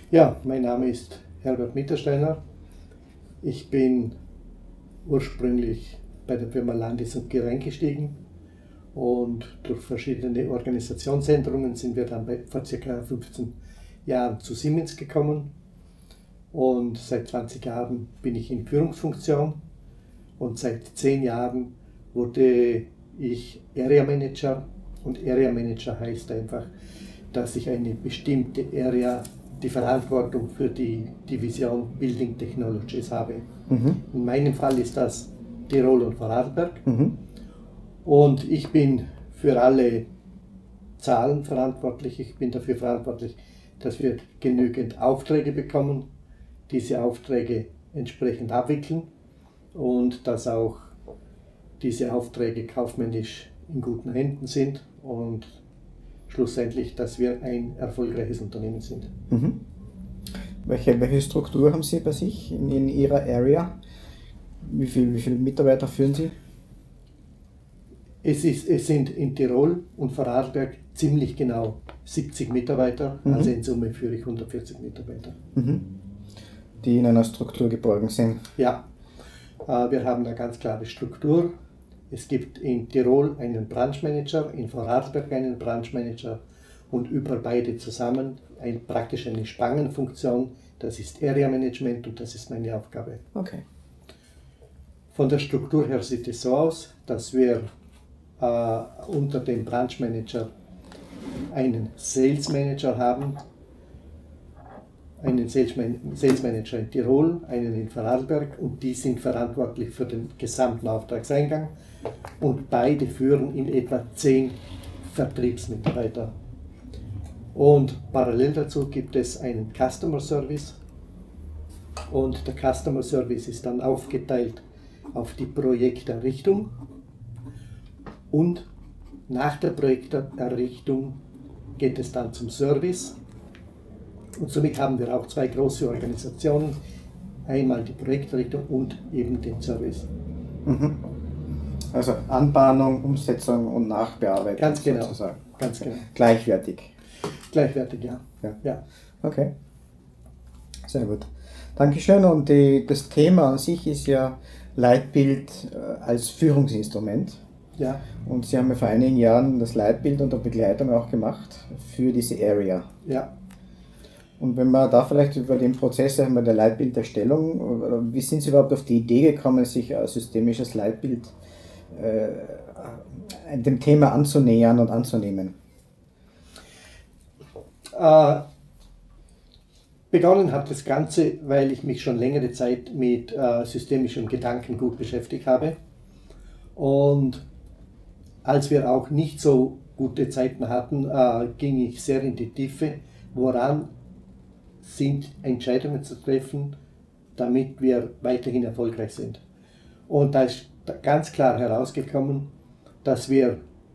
Ja, mein Name ist Herbert Mittersteiner. Ich bin ursprünglich bei der Firma Landis und Gyr eingestiegen und durch verschiedene Organisationsänderungen sind wir dann vor ca. 15 Jahren zu Siemens gekommen und seit 20 Jahren bin ich in Führungsfunktion und seit 10 Jahren wurde ich Area Manager und Area Manager heißt einfach, dass ich eine bestimmte Area die Verantwortung für die Division Building Technologies habe. In meinem Fall ist das Tirol und Vorarlberg. Und ich bin für alle Zahlen verantwortlich. Ich bin dafür verantwortlich, dass wir genügend Aufträge bekommen, diese Aufträge entsprechend abwickeln und dass auch diese Aufträge kaufmännisch in guten Händen sind und schlussendlich, dass wir ein erfolgreiches Unternehmen sind. Welche Struktur haben Sie bei sich in Ihrer Area? Wie viele Mitarbeiter führen Sie? Es sind in Tirol und Vorarlberg ziemlich genau 70 Mitarbeiter, also in Summe führe ich 140 Mitarbeiter. Die in einer Struktur geborgen sind? Ja, wir haben eine ganz klare Struktur. Es gibt in Tirol einen Branchmanager, in Vorarlberg einen Branchmanager und über beide zusammen praktisch eine Spangenfunktion. Das ist Area Management und das ist meine Aufgabe. Okay. Von der Struktur her sieht es so aus, dass wir unter dem Branchmanager einen Sales Manager haben, einen Sales Manager in Tirol, einen in Vorarlberg und die sind verantwortlich für den gesamten Auftragseingang und beide führen in etwa 10 Vertriebsmitarbeiter. Und parallel dazu gibt es einen Customer Service und der Customer Service ist dann aufgeteilt auf die Projekterrichtung und nach der Projekterrichtung geht es dann zum Service. Und somit haben wir auch 2 große Organisationen, einmal die Projektrichtung und eben den Service. Also Anbahnung, Umsetzung und Nachbearbeitung Ganz genau, sozusagen. ganz genau. Gleichwertig. Gleichwertig, ja. Ja. Okay, sehr gut. Dankeschön. Und das Thema an sich ist ja Leitbild als Führungsinstrument. Ja. Und Sie haben ja vor einigen Jahren das Leitbild und die Begleitung auch gemacht für diese Area. Ja. Und wenn wir da vielleicht über den Prozess der Leitbilderstellung, wie sind Sie überhaupt auf die Idee gekommen, sich ein systemisches Leitbild dem Thema anzunähern und anzunehmen? Begonnen hat das Ganze, weil ich mich schon längere Zeit mit systemischem Gedankengut beschäftigt habe. Und als wir auch nicht so gute Zeiten hatten, ging ich sehr in die Tiefe, woran sind Entscheidungen zu treffen, damit wir weiterhin erfolgreich sind. Und da ist ganz klar herausgekommen, dass wir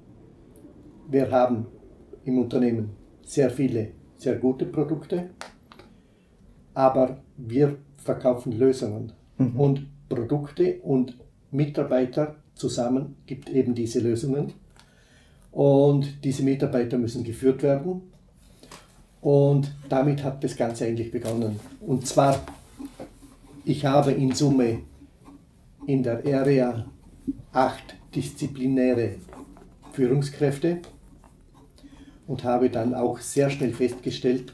haben im Unternehmen sehr viele, sehr gute Produkte, aber wir verkaufen Lösungen. Und Produkte und Mitarbeiter zusammen gibt eben diese Lösungen. Und diese Mitarbeiter müssen geführt werden. Und damit hat das Ganze eigentlich begonnen. Und zwar, ich habe in Summe in der Area 8 disziplinäre Führungskräfte und habe dann auch sehr schnell festgestellt,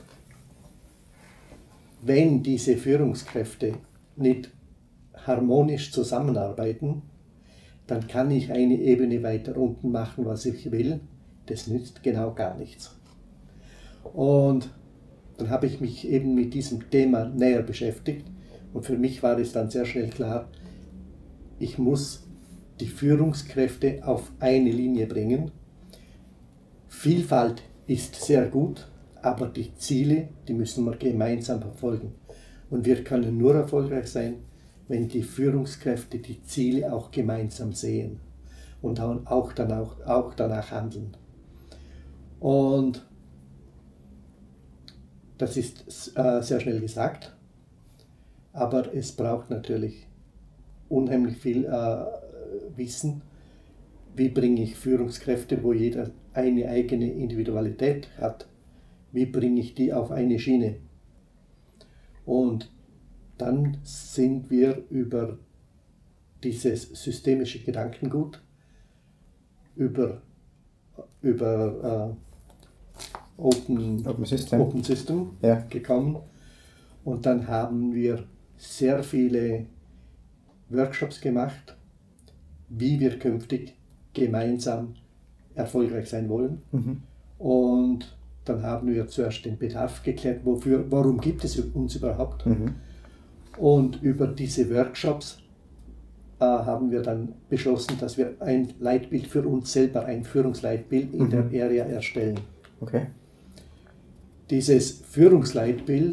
wenn diese Führungskräfte nicht harmonisch zusammenarbeiten, dann kann ich eine Ebene weiter unten machen, was ich will. Das nützt genau gar nichts. Und dann habe ich mich eben mit diesem Thema näher beschäftigt und für mich war es dann sehr schnell klar, ich muss die Führungskräfte auf eine Linie bringen. Vielfalt ist sehr gut, aber die Ziele, die müssen wir gemeinsam verfolgen. Und wir können nur erfolgreich sein, wenn die Führungskräfte die Ziele auch gemeinsam sehen und auch danach handeln. Und das ist sehr schnell gesagt, aber es braucht natürlich unheimlich viel Wissen. Wie bringe ich Führungskräfte, wo jeder eine eigene Individualität hat, wie bringe ich die auf eine Schiene? Und dann sind wir über dieses systemische Gedankengut, über Open System ja. gekommen. Und dann haben wir sehr viele Workshops gemacht, wie wir künftig gemeinsam erfolgreich sein wollen. Und dann haben wir zuerst den Bedarf geklärt, warum gibt es uns überhaupt. Und über diese Workshops haben wir dann beschlossen, dass wir ein Leitbild für uns selber, ein Führungsleitbild in der Area erstellen. Okay. Dieses Führungsleitbild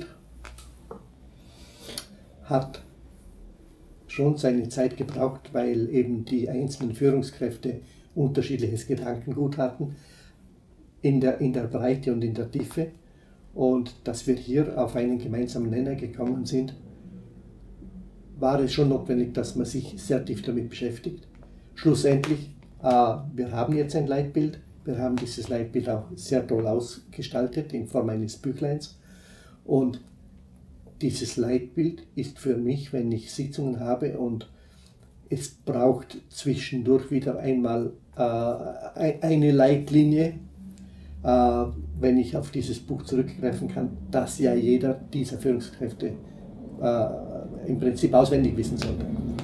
hat schon seine Zeit gebraucht, weil eben die einzelnen Führungskräfte unterschiedliches Gedankengut hatten, in der Breite und in der Tiefe. Und dass wir hier auf einen gemeinsamen Nenner gekommen sind, war es schon notwendig, dass man sich sehr tief damit beschäftigt. Schlussendlich, wir haben jetzt ein Leitbild. Wir haben dieses Leitbild auch sehr toll ausgestaltet in Form eines Büchleins. Und dieses Leitbild ist für mich, wenn ich Sitzungen habe und es braucht zwischendurch wieder einmal eine Leitlinie, wenn ich auf dieses Buch zurückgreifen kann, dass ja jeder dieser Führungskräfte im Prinzip auswendig wissen sollte.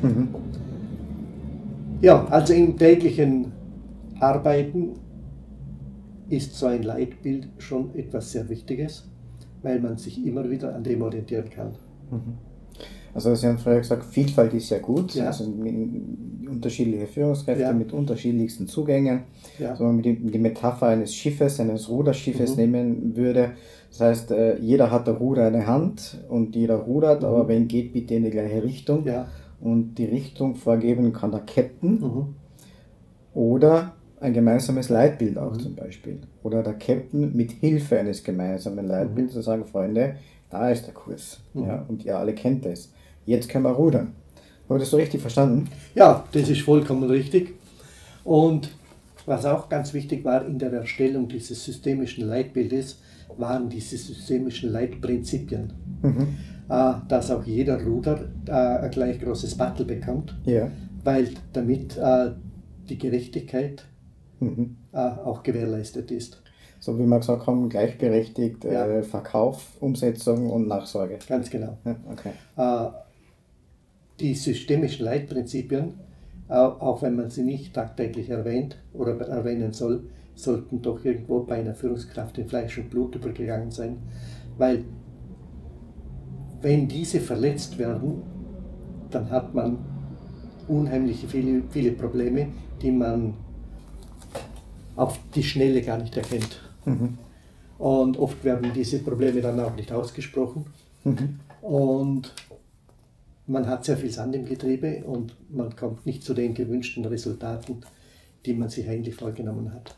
Ja, also im täglichen Arbeiten ist so ein Leitbild schon etwas sehr Wichtiges, weil man sich immer wieder an dem orientieren kann. Also Sie haben vorher gesagt, Vielfalt ist sehr gut, ja. Also unterschiedliche Führungskräfte mit unterschiedlichsten Zugängen. Ja. Also wenn man die Metapher eines Schiffes, eines Ruderschiffes nehmen würde, das heißt, jeder hat der Ruder in der Hand und jeder rudert, aber wenn geht bitte in die gleiche Richtung und die Richtung vorgeben kann der Captain oder ein gemeinsames Leitbild auch zum Beispiel. Oder der Captain mit Hilfe eines gemeinsamen Leitbilds zu sagen, Freunde, da ist der Kurs. Ja, und ihr alle kennt es. Jetzt können wir rudern. Habe ich das so richtig verstanden? Ja, das ist vollkommen richtig. Und was auch ganz wichtig war in der Erstellung dieses systemischen Leitbildes, waren diese systemischen Leitprinzipien. Dass auch jeder Ruder ein gleich großes Battle bekommt, weil damit die Gerechtigkeit auch gewährleistet ist. So wie wir gesagt haben, gleichberechtigt Verkauf, Umsetzung und Nachsorge. Ganz genau. Ja, okay. Die systemischen Leitprinzipien, auch wenn man sie nicht tagtäglich erwähnt oder erwähnen soll, sollten doch irgendwo bei einer Führungskraft in Fleisch und Blut übergegangen sein. Weil wenn diese verletzt werden, dann hat man unheimlich viele Probleme, die man auf die Schnelle gar nicht erkennt. Und oft werden diese Probleme dann auch nicht ausgesprochen. Und man hat sehr viel Sand im Getriebe und man kommt nicht zu den gewünschten Resultaten, die man sich eigentlich vorgenommen hat.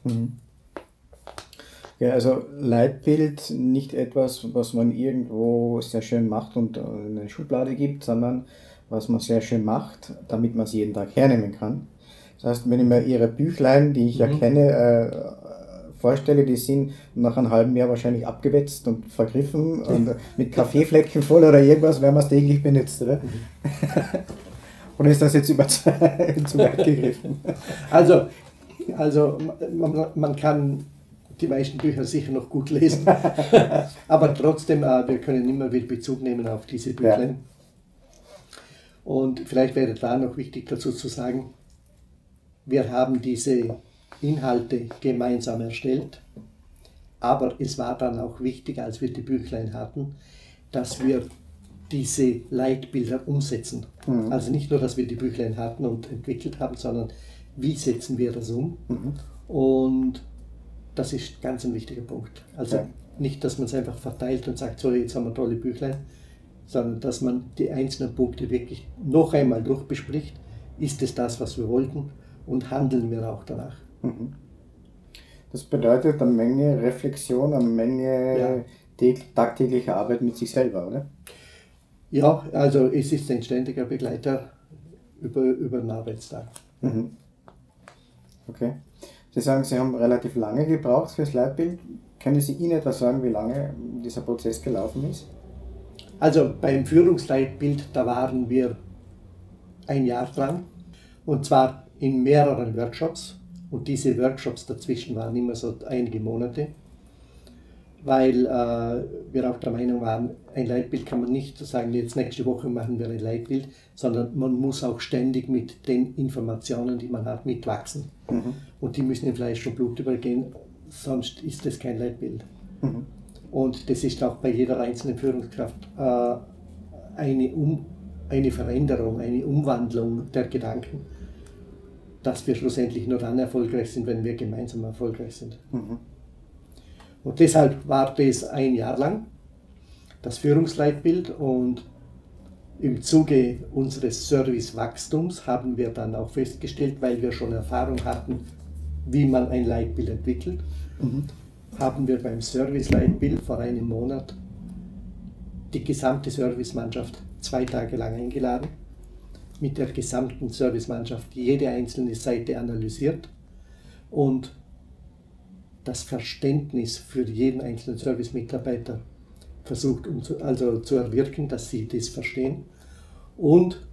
Ja, also Leitbild nicht etwas, was man irgendwo sehr schön macht und in eine Schublade gibt, sondern was man sehr schön macht, damit man es jeden Tag hernehmen kann. Das heißt, wenn ich mir Ihre Büchlein, die ich ja kenne, vorstelle, die sind nach einem halben Jahr wahrscheinlich abgewetzt und vergriffen und mit Kaffeeflecken voll oder irgendwas, wenn man es täglich benutzt, oder? Oder ist das jetzt zu weit gegriffen? Also man kann die meisten Bücher sicher noch gut lesen, aber trotzdem, wir können immer wieder Bezug nehmen auf diese Büchlein. Ja. Und vielleicht wäre da noch wichtig dazu zu sagen, wir haben diese Inhalte gemeinsam erstellt, aber es war dann auch wichtig, als wir die Büchlein hatten, dass wir diese Leitbilder umsetzen. Also nicht nur, dass wir die Büchlein hatten und entwickelt haben, sondern wie setzen wir das um? Und das ist ganz ein wichtiger Punkt. Also nicht, dass man es einfach verteilt und sagt, so jetzt haben wir tolle Büchlein, sondern dass man die einzelnen Punkte wirklich noch einmal durchbespricht. Ist es das, was wir wollten? Und handeln wir auch danach. Das bedeutet eine Menge Reflexion, eine Menge tagtägliche Arbeit mit sich selber, oder? Ja, also es ist ein ständiger Begleiter über den Arbeitstag. Okay. Sie sagen, Sie haben relativ lange gebraucht für das Leitbild. Können Sie Ihnen etwas sagen, wie lange dieser Prozess gelaufen ist? Also beim Führungsleitbild, da waren wir ein Jahr dran, und zwar in mehreren Workshops, und diese Workshops dazwischen waren immer so einige Monate, weil wir auch der Meinung waren, ein Leitbild kann man nicht sagen, jetzt nächste Woche machen wir ein Leitbild, sondern man muss auch ständig mit den Informationen, die man hat, mitwachsen. Und die müssen in Fleisch und Blut übergehen, sonst ist das kein Leitbild. Und das ist auch bei jeder einzelnen Führungskraft eine Veränderung, eine Umwandlung der Gedanken, dass wir schlussendlich nur dann erfolgreich sind, wenn wir gemeinsam erfolgreich sind. Und deshalb war das ein Jahr lang das Führungsleitbild, und im Zuge unseres Servicewachstums haben wir dann auch festgestellt, weil wir schon Erfahrung hatten, wie man ein Leitbild entwickelt, haben wir beim Serviceleitbild vor einem Monat die gesamte Servicemannschaft 2 Tage lang eingeladen, mit der gesamten Servicemannschaft jede einzelne Seite analysiert und das Verständnis für jeden einzelnen Servicemitarbeiter versucht zu erwirken, dass sie das verstehen. Und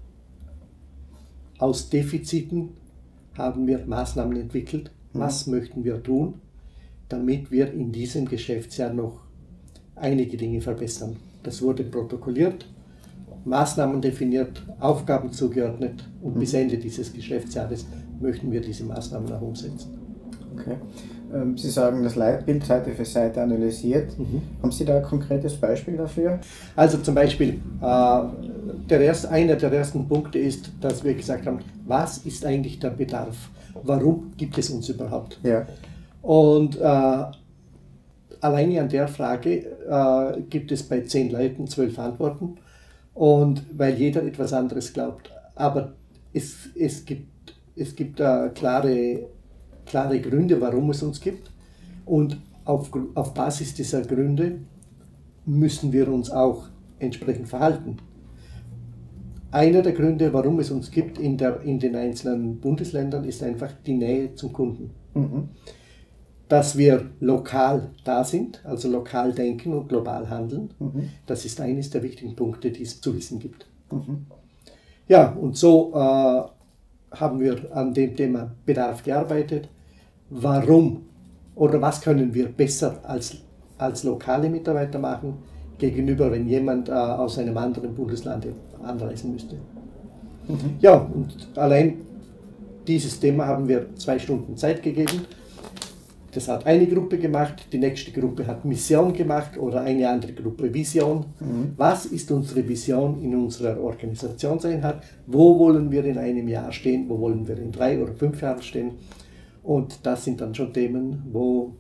aus Defiziten haben wir Maßnahmen entwickelt. Was möchten wir tun, damit wir in diesem Geschäftsjahr noch einige Dinge verbessern? Das wurde protokolliert, Maßnahmen definiert, Aufgaben zugeordnet, und bis Ende dieses Geschäftsjahres möchten wir diese Maßnahmen auch umsetzen. Okay. Sie sagen, das Leitbild Seite für Seite analysiert. Haben Sie da ein konkretes Beispiel dafür? Also zum Beispiel, einer der ersten Punkte ist, dass wir gesagt haben, was ist eigentlich der Bedarf? Warum gibt es uns überhaupt? Ja. Und alleine an der Frage gibt es bei 10 Leuten 12 Antworten, und weil jeder etwas anderes glaubt. Aber es gibt klare Gründe, warum es uns gibt, und auf Basis dieser Gründe müssen wir uns auch entsprechend verhalten. Einer der Gründe, warum es uns gibt in den einzelnen Bundesländern, ist einfach die Nähe zum Kunden. Dass wir lokal da sind, also lokal denken und global handeln, das ist eines der wichtigen Punkte, die es zu wissen gibt. Ja, und so haben wir an dem Thema Bedarf gearbeitet. Warum oder was können wir besser als lokale Mitarbeiter machen, gegenüber, wenn jemand aus einem anderen Bundesland anreisen müsste? Ja, und allein dieses Thema haben wir 2 Stunden Zeit gegeben. Das hat eine Gruppe gemacht, die nächste Gruppe hat Mission gemacht oder eine andere Gruppe Vision. Was ist unsere Vision in unserer Organisationseinheit? Wo wollen wir in einem Jahr stehen? Wo wollen wir in 3 oder 5 Jahren stehen? Und das sind dann schon Themen, wo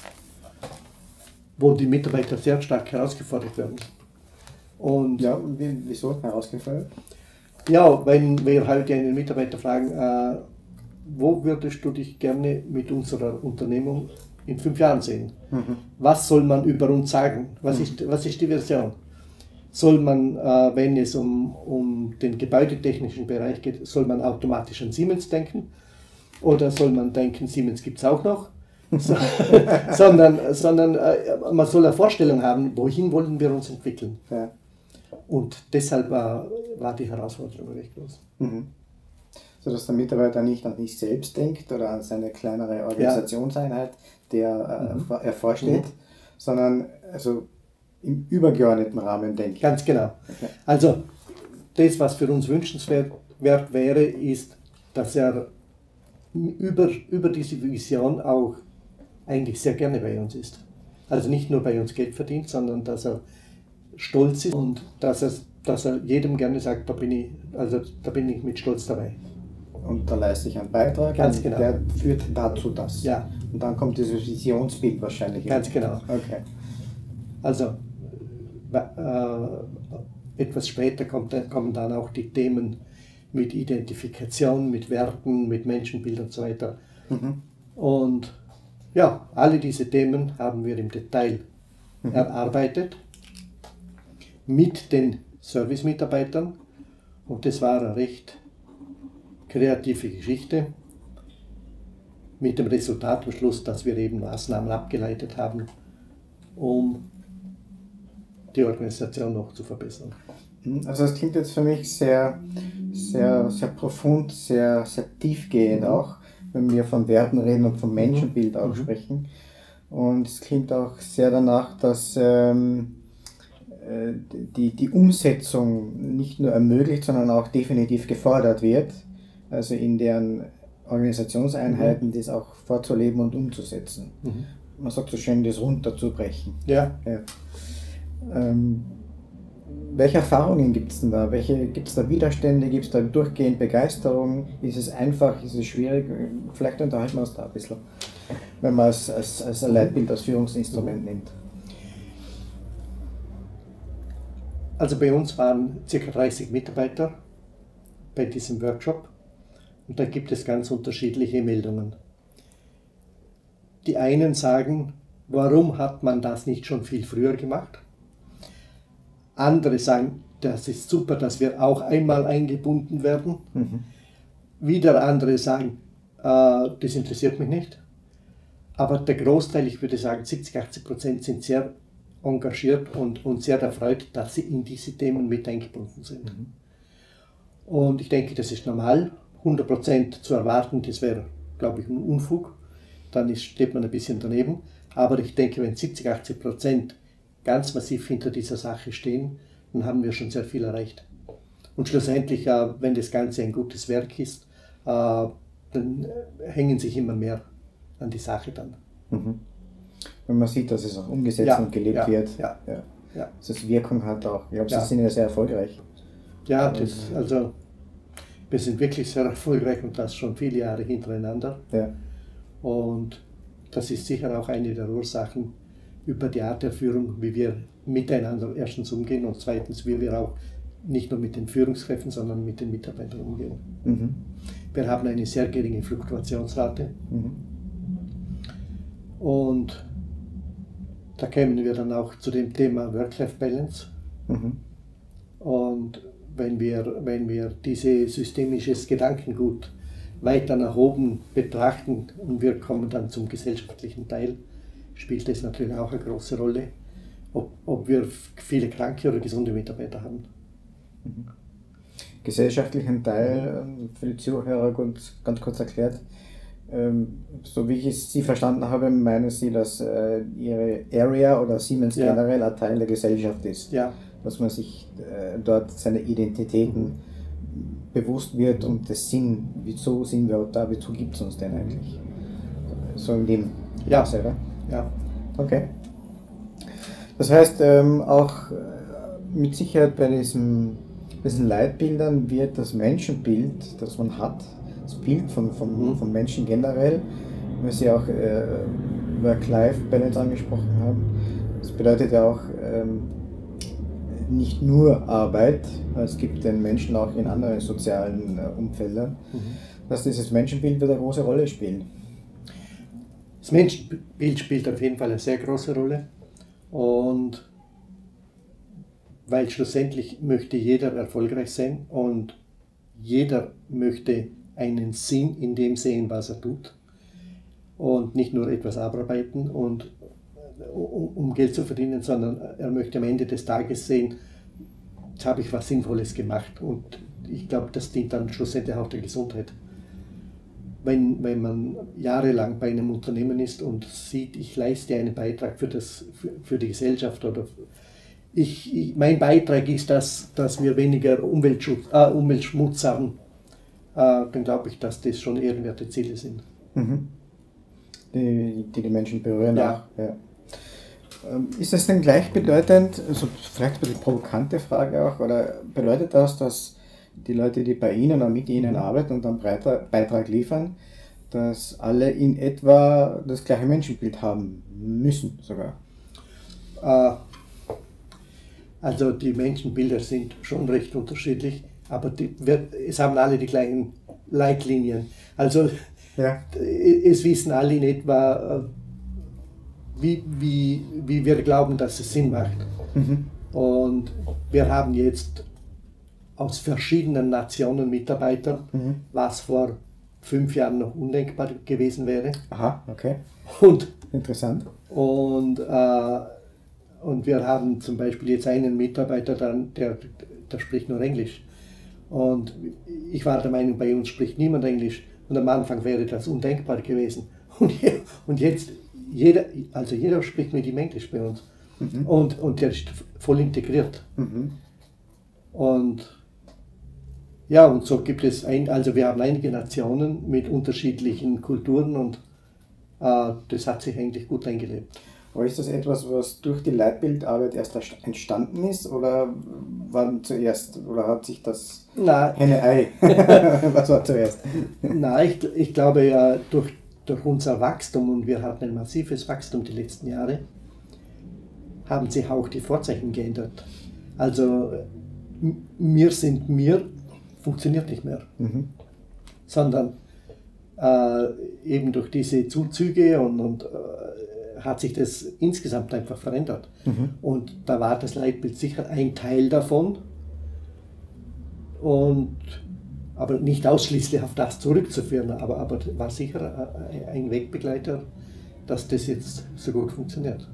die Mitarbeiter sehr stark herausgefordert werden. Und ja, wieso herausgefordert? Ja, wenn wir heute einen Mitarbeiter fragen, wo würdest du dich gerne mit unserer Unternehmung in 5 Jahren sehen? Was soll man über uns sagen? Was ist die Version? Soll man, wenn es um den gebäudetechnischen Bereich geht, soll man automatisch an Siemens denken? Oder soll man denken, Siemens gibt es auch noch? sondern man soll eine Vorstellung haben, wohin wollen wir uns entwickeln. Ja. Und deshalb war die Herausforderung recht groß. Sodass der Mitarbeiter nicht an sich selbst denkt oder an seine kleinere Organisationseinheit, der er vorsteht, sondern also im übergeordneten Rahmen denkt. Ganz genau. Okay. Also das, was für uns wünschenswert wäre, ist, dass er über diese Vision auch eigentlich sehr gerne bei uns ist. Also nicht nur bei uns Geld verdient, sondern dass er stolz ist und dass er jedem gerne sagt, da bin ich mit Stolz dabei. Und da leiste ich einen Beitrag, ganz genau. Der führt dazu das. Ja. Und dann kommt dieses Visionsbild wahrscheinlich. Ganz genau. Okay. Also etwas später kommen dann auch die Themen mit Identifikation, mit Werten, mit Menschenbild und so weiter. Und ja, alle diese Themen haben wir im Detail erarbeitet mit den Service-Mitarbeitern, und das war eine recht kreative Geschichte mit dem Resultat am Schluss, dass wir eben Maßnahmen abgeleitet haben, um die Organisation noch zu verbessern. Also das klingt jetzt für mich sehr, sehr, sehr profund, sehr, sehr tiefgehend auch, wenn wir von Werten reden und vom Menschenbild auch sprechen. Und es klingt auch sehr danach, dass die Umsetzung nicht nur ermöglicht, sondern auch definitiv gefordert wird, also in deren Organisationseinheiten das auch vorzuleben und umzusetzen. Man sagt so schön, das runterzubrechen. Ja. Welche Erfahrungen gibt es denn da? Gibt es da Widerstände? Gibt es da durchgehend Begeisterung? Ist es einfach? Ist es schwierig? Vielleicht unterhalten wir uns da ein bisschen, wenn man es als ein Leitbild, als Führungsinstrument nimmt. Also bei uns waren ca. 30 Mitarbeiter bei diesem Workshop und da gibt es ganz unterschiedliche Meldungen. Die einen sagen, warum hat man das nicht schon viel früher gemacht? Andere sagen, das ist super, dass wir auch einmal eingebunden werden. Wieder andere sagen, das interessiert mich nicht. Aber der Großteil, ich würde sagen 70-80%, sind sehr engagiert und sehr erfreut, dass sie in diese Themen mit eingebunden sind. Und ich denke, das ist normal. 100% zu erwarten, das wäre, glaube ich, ein Unfug. Dann steht man ein bisschen daneben. Aber ich denke, wenn 70-80% ganz massiv hinter dieser Sache stehen, dann haben wir schon sehr viel erreicht. Und schlussendlich, wenn das Ganze ein gutes Werk ist, dann hängen sich immer mehr an die Sache dann. Wenn man sieht, dass es auch umgesetzt und gelebt wird, dass es Wirkung hat auch. Ich glaube, Sie sind ja sehr erfolgreich. Ja, also wir sind wirklich sehr erfolgreich und das schon viele Jahre hintereinander. Und das ist sicher auch eine der Ursachen über die Art der Führung, wie wir miteinander erstens umgehen und zweitens, wie wir auch nicht nur mit den Führungskräften, sondern mit den Mitarbeitern umgehen. Wir haben eine sehr geringe Fluktuationsrate. Und da kämen wir dann auch zu dem Thema Work-Life-Balance. Und wenn wir dieses systemisches Gedankengut weiter nach oben betrachten und wir kommen dann zum gesellschaftlichen Teil, spielt das natürlich auch eine große Rolle, ob wir viele kranke oder gesunde Mitarbeiter haben. Gesellschaftlichen Teil, für die Zuhörer ganz kurz erklärt, so wie ich Sie verstanden habe, meinen Sie, dass Ihre Area oder Siemens generell ein Teil der Gesellschaft ist. Dass man sich dort seiner Identitäten bewusst wird und des Sinn, wieso sind wir da, wozu gibt es uns denn eigentlich? So in dem Maße, oder? Ja. Okay. Das heißt, auch mit Sicherheit bei diesen Leitbildern wird das Menschenbild, das man hat, das Bild vom Menschen generell, weil Sie auch Work-Life-Balance angesprochen haben, das bedeutet ja auch nicht nur Arbeit, es gibt den Menschen auch in anderen sozialen Umfeldern, dass dieses Menschenbild wird eine große Rolle spielen. Das Menschenbild spielt auf jeden Fall eine sehr große Rolle und weil schlussendlich möchte jeder erfolgreich sein und jeder möchte einen Sinn in dem sehen, was er tut und nicht nur etwas abarbeiten und um Geld zu verdienen, sondern er möchte am Ende des Tages sehen, jetzt habe ich was Sinnvolles gemacht und ich glaube, das dient dann schlussendlich auch der Gesundheit. Wenn man jahrelang bei einem Unternehmen ist und sieht, ich leiste einen Beitrag für die Gesellschaft oder mein Beitrag ist, dass wir weniger Umweltschmutz haben, dann glaube ich, dass das schon ehrenwerte Ziele sind. Die Menschen berühren auch. Ja. Ist das denn gleichbedeutend, also vielleicht ein bisschen provokante Frage auch, oder bedeutet das, dass die Leute, die bei Ihnen oder mit Ihnen arbeiten und einen Beitrag liefern, dass alle in etwa das gleiche Menschenbild haben müssen sogar? Also die Menschenbilder sind schon recht unterschiedlich, aber es haben alle die gleichen Leitlinien. Also es wissen alle in etwa, wie wir glauben, dass es Sinn macht. Und wir haben jetzt aus verschiedenen Nationen Mitarbeiter, was vor 5 Jahren noch undenkbar gewesen wäre. Aha, okay. Und, interessant. Und Und wir haben zum Beispiel jetzt einen Mitarbeiter, der spricht nur Englisch. Und ich war der Meinung, bei uns spricht niemand Englisch. Und am Anfang wäre das undenkbar gewesen. Und jetzt, jeder spricht mit ihm Englisch bei uns. Mhm. Und der ist voll integriert. Mhm. Und ja, und so gibt es, also wir haben einige Nationen mit unterschiedlichen Kulturen und das hat sich eigentlich gut eingelebt. Aber ist das etwas, was durch die Leitbildarbeit erst entstanden ist oder wann zuerst? Oder hat sich das Henne-Ei? Was war zuerst? Nein, ich glaube ja, durch unser Wachstum, und wir hatten ein massives Wachstum die letzten Jahre, haben sich auch die Vorzeichen geändert. Also wir sind mir funktioniert nicht mehr, sondern eben durch diese Zuzüge und hat sich das insgesamt einfach verändert. Und da war das Leitbild sicher ein Teil davon, aber nicht ausschließlich auf das zurückzuführen, aber war sicher ein Wegbegleiter, dass das jetzt so gut funktioniert.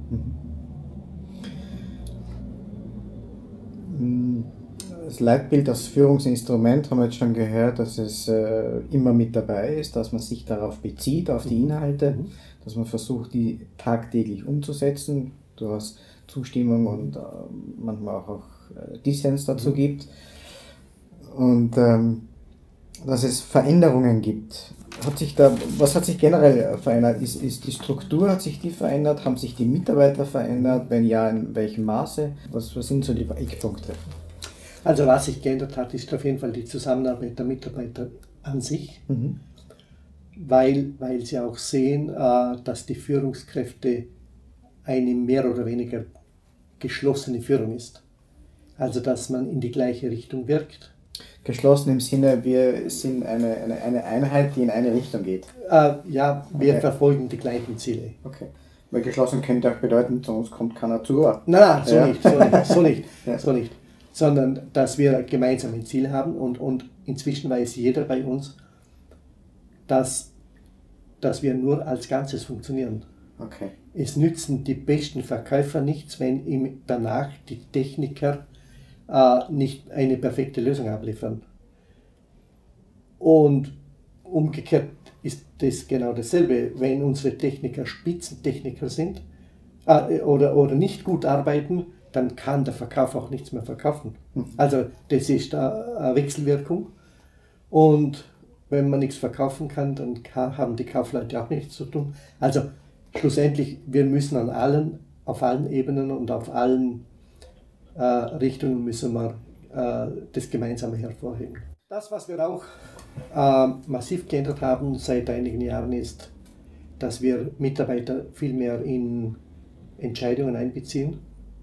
Das Leitbild als Führungsinstrument haben wir jetzt schon gehört, dass es immer mit dabei ist, dass man sich darauf bezieht, auf die Inhalte, dass man versucht, die tagtäglich umzusetzen. Du hast Zustimmung und manchmal auch Dissens dazu gibt. Und dass es Veränderungen gibt. Was hat sich generell verändert? Ist die Struktur, hat sich die verändert? Haben sich die Mitarbeiter verändert? Wenn ja, in welchem Maße? Was sind so die Eckpunkte? Also was sich geändert hat, ist auf jeden Fall die Zusammenarbeit der Mitarbeiter an sich, weil sie auch sehen, dass die Führungskräfte eine mehr oder weniger geschlossene Führung ist. Also dass man in die gleiche Richtung wirkt. Geschlossen im Sinne, wir sind eine Einheit, die in eine Richtung geht. Wir verfolgen die gleichen Ziele. Okay. Weil geschlossen könnte auch bedeuten, zu uns kommt keiner zu. Nein, so nicht. Sondern dass wir gemeinsam ein Ziel haben und inzwischen weiß jeder bei uns, dass wir nur als Ganzes funktionieren. Okay. Es nützen die besten Verkäufer nichts, wenn ihm danach die Techniker nicht eine perfekte Lösung abliefern. Und umgekehrt ist das genau dasselbe. Wenn unsere Techniker Spitzentechniker sind oder nicht gut arbeiten, dann kann der Verkauf auch nichts mehr verkaufen. Also das ist eine Wechselwirkung. Und wenn man nichts verkaufen kann, dann haben die Kaufleute auch nichts zu tun. Also schlussendlich, wir müssen auf allen Ebenen und auf allen Richtungen müssen wir das Gemeinsame hervorheben. Das, was wir auch massiv geändert haben seit einigen Jahren, ist, dass wir Mitarbeiter viel mehr in Entscheidungen einbeziehen.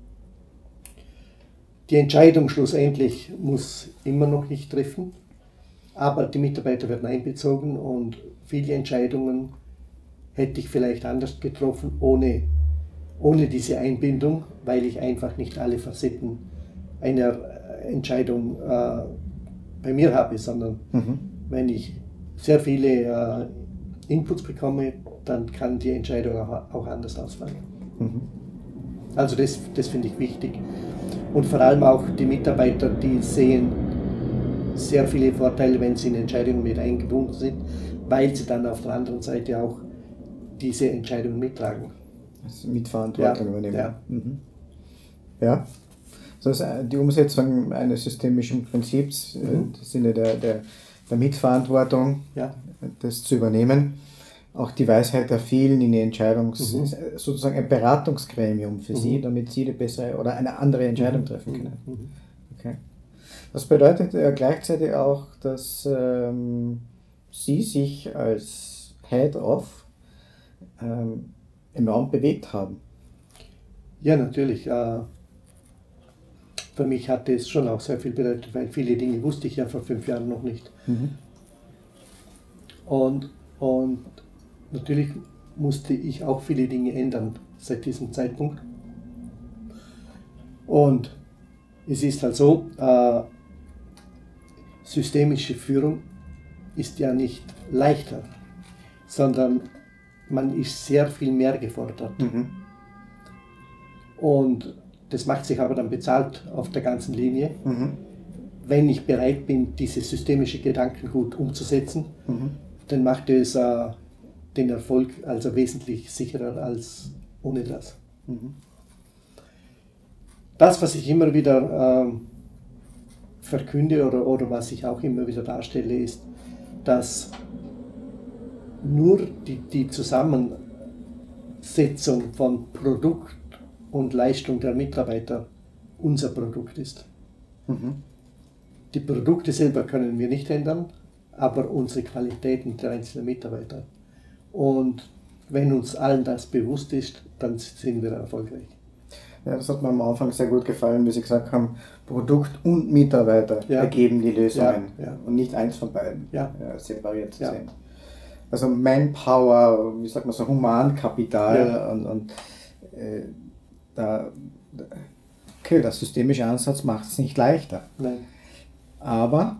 Die Entscheidung schlussendlich muss immer noch nicht treffen, aber die Mitarbeiter werden einbezogen und viele Entscheidungen hätte ich vielleicht anders getroffen ohne diese Einbindung, weil ich einfach nicht alle Facetten einer Entscheidung bei mir habe, sondern wenn ich sehr viele Inputs bekomme, dann kann die Entscheidung auch anders ausfallen. Also das finde ich wichtig. Und vor allem auch die Mitarbeiter, die sehen sehr viele Vorteile, wenn sie in Entscheidungen mit eingebunden sind, weil sie dann auf der anderen Seite auch diese Entscheidungen mittragen. Also Mitverantwortung übernehmen. Ja. Das ist die Umsetzung eines systemischen Prinzips im Sinne der Mitverantwortung, das zu übernehmen. Auch die Weisheit der vielen in die Entscheidung, sozusagen ein Beratungsgremium für sie, damit sie die bessere oder eine andere Entscheidung treffen können. Okay. Das bedeutet ja gleichzeitig auch, dass Sie sich als Head-Off enorm bewegt haben. Ja, natürlich. Für mich hat das schon auch sehr viel bedeutet, weil viele Dinge wusste ich ja vor 5 Jahren noch nicht. Und natürlich musste ich auch viele Dinge ändern seit diesem Zeitpunkt. Und es ist halt so, systemische Führung ist ja nicht leichter, sondern man ist sehr viel mehr gefordert. Und das macht sich aber dann bezahlt auf der ganzen Linie, wenn ich bereit bin, diese systemische Gedankengut umzusetzen, dann macht es den Erfolg also wesentlich sicherer als ohne das. Das, was ich immer wieder verkünde oder was ich auch immer wieder darstelle, ist, dass nur die Zusammensetzung von Produkt und Leistung der Mitarbeiter unser Produkt ist. Die Produkte selber können wir nicht ändern, aber unsere Qualitäten der einzelnen Mitarbeiter. Und wenn uns allen das bewusst ist, dann sind wir erfolgreich. Ja, das hat mir am Anfang sehr gut gefallen, wie Sie gesagt haben, Produkt und Mitarbeiter ergeben die Lösungen und nicht eins von beiden separiert zu sehen. Also Manpower, wie sagt man so, Humankapital und der systemische Ansatz macht es nicht leichter. Nein. Aber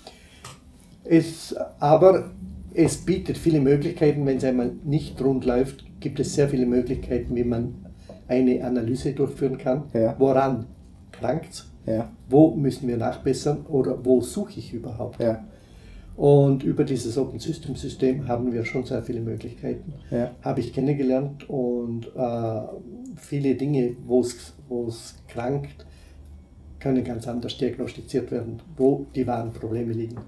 es bietet viele Möglichkeiten, wenn es einmal nicht rund läuft, gibt es sehr viele Möglichkeiten, wie man eine Analyse durchführen kann. Woran krankt es? Wo müssen wir nachbessern oder wo suche ich überhaupt? Und über dieses Open System System haben wir schon sehr viele Möglichkeiten. Habe ich kennengelernt und viele Dinge, wo es krankt, können ganz anders diagnostiziert werden, wo die wahren Probleme liegen.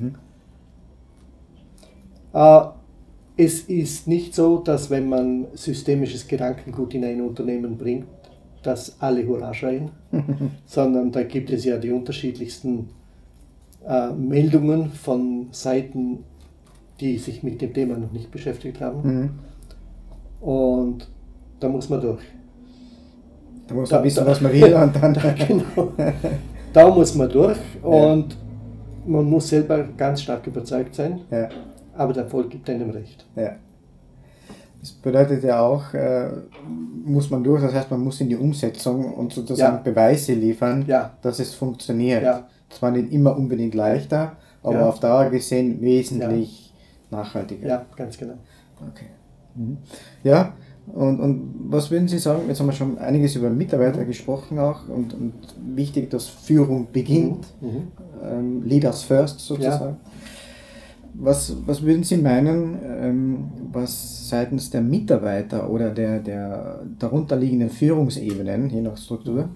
Es ist nicht so, dass wenn man systemisches Gedankengut in ein Unternehmen bringt, dass alle Hurra schreien, sondern da gibt es ja die unterschiedlichsten Meldungen von Seiten, die sich mit dem Thema noch nicht beschäftigt haben. Und da muss man durch. Da muss man wissen, was man will und dann... Genau. Da muss man durch und man muss selber ganz stark überzeugt sein, aber der Erfolg gibt einem recht. Das bedeutet ja auch, muss man durch, das heißt, man muss in die Umsetzung und sozusagen Beweise liefern, dass es funktioniert. Zwar nicht immer unbedingt leichter, aber auf Dauer gesehen wesentlich nachhaltiger. Ja, ganz genau. Okay. Ja, und was würden Sie sagen, jetzt haben wir schon einiges über Mitarbeiter gesprochen auch und wichtig, dass Führung beginnt, Leaders first sozusagen. Was würden Sie meinen, was seitens der Mitarbeiter oder der darunterliegenden Führungsebenen, je nach Struktur,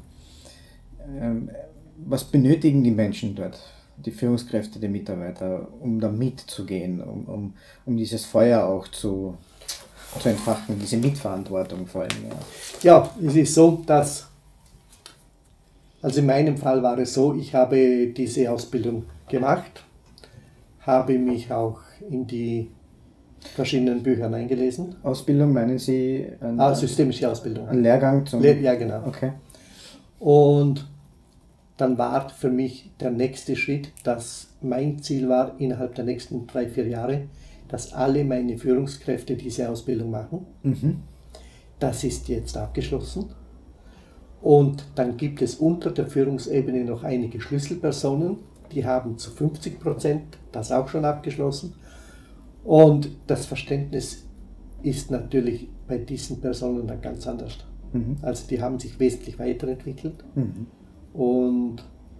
was benötigen die Menschen dort, die Führungskräfte, die Mitarbeiter, um da mitzugehen, um dieses Feuer auch zu entfachen, diese Mitverantwortung vor allem? Ja, es ist so, dass, also in meinem Fall war es so, ich habe diese Ausbildung gemacht, habe mich auch in die verschiedenen Bücher eingelesen. Ausbildung meinen Sie? Systemische Ausbildung. Ein Lehrgang zum... Ja, genau. Okay. Und dann war für mich der nächste Schritt, dass mein Ziel war, innerhalb der nächsten 3-4 Jahre, dass alle meine Führungskräfte diese Ausbildung machen. Das ist jetzt abgeschlossen. Und dann gibt es unter der Führungsebene noch einige Schlüsselpersonen, die haben zu 50% das auch schon abgeschlossen. Und das Verständnis ist natürlich bei diesen Personen dann ganz anders. Also die haben sich wesentlich weiterentwickelt. Und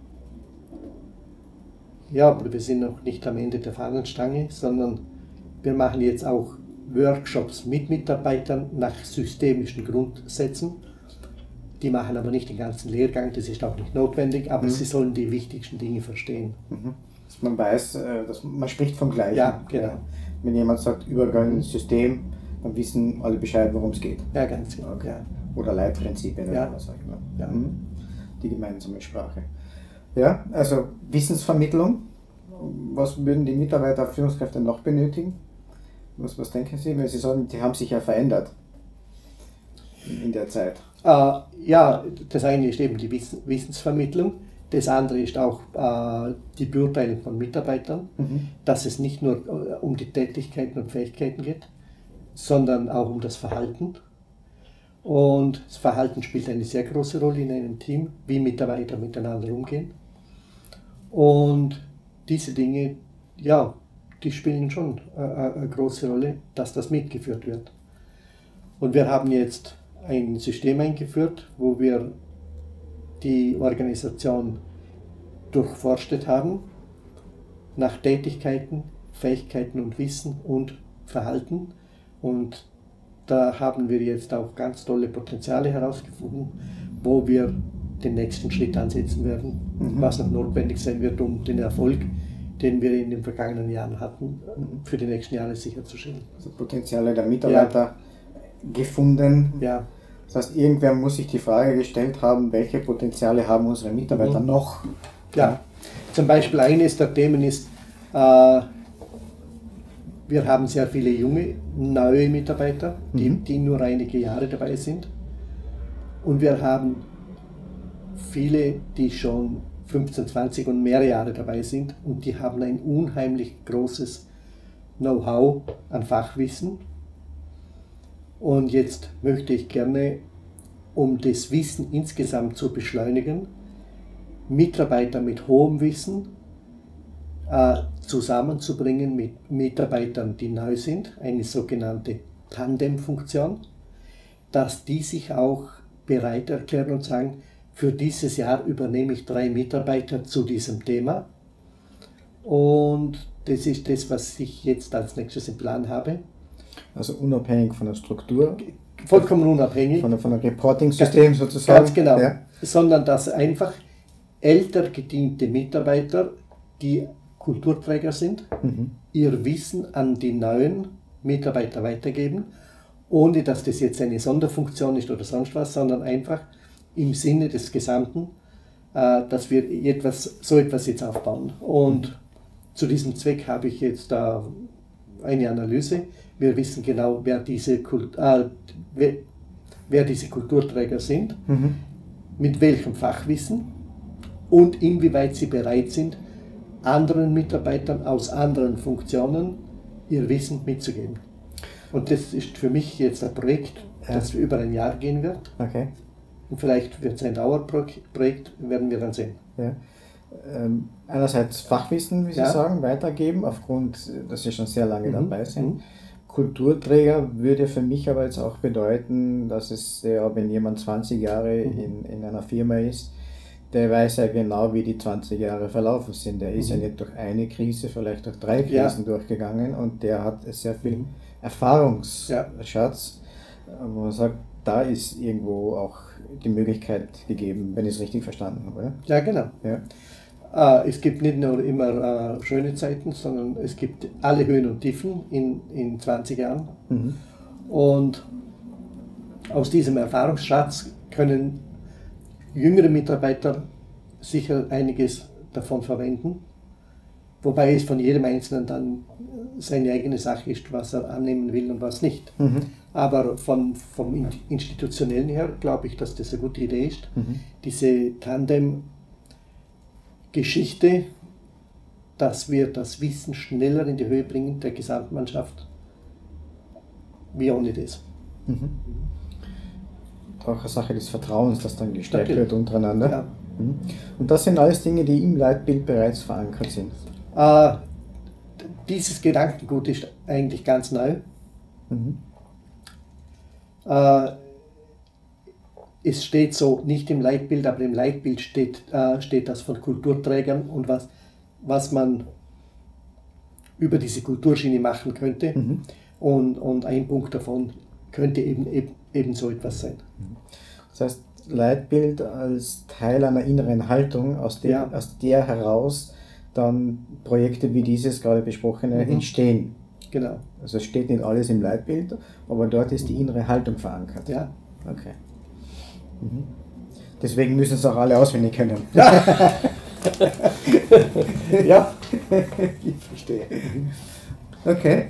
ja, aber wir sind noch nicht am Ende der Fahnenstange, sondern wir machen jetzt auch Workshops mit Mitarbeitern nach systemischen Grundsätzen. Die machen aber nicht den ganzen Lehrgang, das ist auch nicht notwendig, aber sie sollen die wichtigsten Dinge verstehen. Dass man weiß, dass man spricht vom Gleichen. Ja, genau. Wenn jemand sagt, Übergang ins System, dann wissen alle Bescheid, worum es geht. Ja, ganz genau. Okay. Oder Leitprinzipien oder was auch immer. Die gemeinsame Sprache. Ja, also Wissensvermittlung. Was würden die Mitarbeiter, Führungskräfte noch benötigen? Was denken Sie, wenn Sie sagen, die haben sich ja verändert in der Zeit? Ja, das eine ist eben die Wissensvermittlung. Das andere ist auch die Beurteilung von Mitarbeitern, dass es nicht nur um die Tätigkeiten und Fähigkeiten geht, sondern auch um das Verhalten. Und das Verhalten spielt eine sehr große Rolle in einem Team, wie Mitarbeiter miteinander umgehen. Und diese Dinge, ja, die spielen schon eine große Rolle, dass das mitgeführt wird. Und wir haben jetzt ein System eingeführt, wo wir die Organisation durchforstet haben, nach Tätigkeiten, Fähigkeiten und Wissen und Verhalten. Und da haben wir jetzt auch ganz tolle Potenziale herausgefunden, wo wir den nächsten Schritt ansetzen werden, was noch notwendig sein wird, um den Erfolg, den wir in den vergangenen Jahren hatten, für die nächsten Jahre sicherzustellen. Also Potenziale der Mitarbeiter gefunden. Ja. Das heißt, irgendwer muss sich die Frage gestellt haben, welche Potenziale haben unsere Mitarbeiter noch? Ja, zum Beispiel eines der Themen ist, wir haben sehr viele junge, neue Mitarbeiter, die nur einige Jahre dabei sind. Und wir haben viele, die schon 15, 20 und mehr Jahre dabei sind und die haben ein unheimlich großes Know-how an Fachwissen. Und jetzt möchte ich gerne, um das Wissen insgesamt zu beschleunigen, Mitarbeiter mit hohem Wissen zusammenzubringen mit Mitarbeitern, die neu sind, eine sogenannte Tandemfunktion, dass die sich auch bereit erklären und sagen, für dieses Jahr übernehme ich 3 Mitarbeiter zu diesem Thema. Und das ist das, was ich jetzt als nächstes im Plan habe. Also unabhängig von der Struktur? Vollkommen unabhängig. Von einem Reporting-System sozusagen? Ganz genau. Ja. Sondern dass einfach älter gediente Mitarbeiter, die Kulturträger sind, ihr Wissen an die neuen Mitarbeiter weitergeben, ohne dass das jetzt eine Sonderfunktion ist oder sonst was, sondern einfach im Sinne des Gesamten, dass wir so etwas jetzt aufbauen. Und zu diesem Zweck habe ich jetzt eine Analyse. Wir wissen genau, wer diese Kulturträger sind, mit welchem Fachwissen und inwieweit sie bereit sind, anderen Mitarbeitern aus anderen Funktionen ihr Wissen mitzugeben. Und das ist für mich jetzt ein Projekt, das über ein Jahr gehen wird. Okay. Und vielleicht wird es ein Dauerprojekt, werden wir dann sehen. Ja. Einerseits Fachwissen, wie Sie sagen, weitergeben, aufgrund, dass Sie schon sehr lange dabei sind. Kulturträger würde für mich aber jetzt auch bedeuten, dass es, wenn jemand 20 Jahre in einer Firma ist, der weiß ja genau, wie die 20 Jahre verlaufen sind. Der ist ja nicht durch eine Krise, vielleicht durch 3 Krisen durchgegangen und der hat sehr viel Erfahrungsschatz. Wo man sagt, da ist irgendwo auch die Möglichkeit gegeben, wenn ich es richtig verstanden habe. Oder? Ja, genau. Ja. Es gibt nicht nur immer schöne Zeiten, sondern es gibt alle Höhen und Tiefen in 20 Jahren. Und aus diesem Erfahrungsschatz können jüngere Mitarbeiter sicher einiges davon verwenden, wobei es von jedem Einzelnen dann seine eigene Sache ist, was er annehmen will und was nicht. Aber vom Institutionellen her glaube ich, dass das eine gute Idee ist. Diese Tandem-Geschichte, dass wir das Wissen schneller in die Höhe bringen der Gesamtmannschaft, wie ohne das. Auch eine Sache des Vertrauens, das dann gestärkt wird untereinander. Ja. Und das sind alles Dinge, die im Leitbild bereits verankert sind. Dieses Gedankengut ist eigentlich ganz neu. Es steht so nicht im Leitbild, aber im Leitbild steht das von Kulturträgern und was man über diese Kulturschiene machen könnte. Und ein Punkt davon könnte eben so etwas sein. Das heißt, Leitbild als Teil einer inneren Haltung, aus der heraus dann Projekte wie dieses gerade besprochene entstehen. Genau. Also es steht nicht alles im Leitbild, aber dort ist die innere Haltung verankert. Ja. Okay. Deswegen müssen es auch alle auswendig können. Ja, ich verstehe. Okay.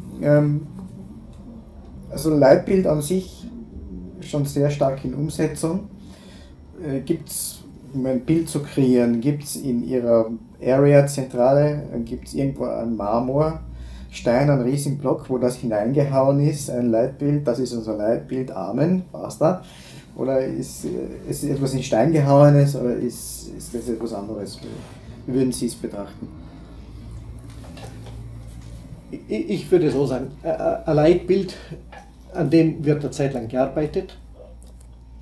Also Leitbild an sich schon sehr stark in Umsetzung. Gibt es, um ein Bild zu kreieren, gibt es in Ihrer Area-Zentrale, gibt es irgendwo einen Marmorstein, einen riesigen Block, wo das hineingehauen ist, ein Leitbild, das ist unser Leitbild, Amen, basta. Oder ist es etwas in Stein gehauenes oder ist das etwas anderes? Wie würden Sie es betrachten? Ich würde so sagen, ein Leitbild, an dem wird eine Zeit lang gearbeitet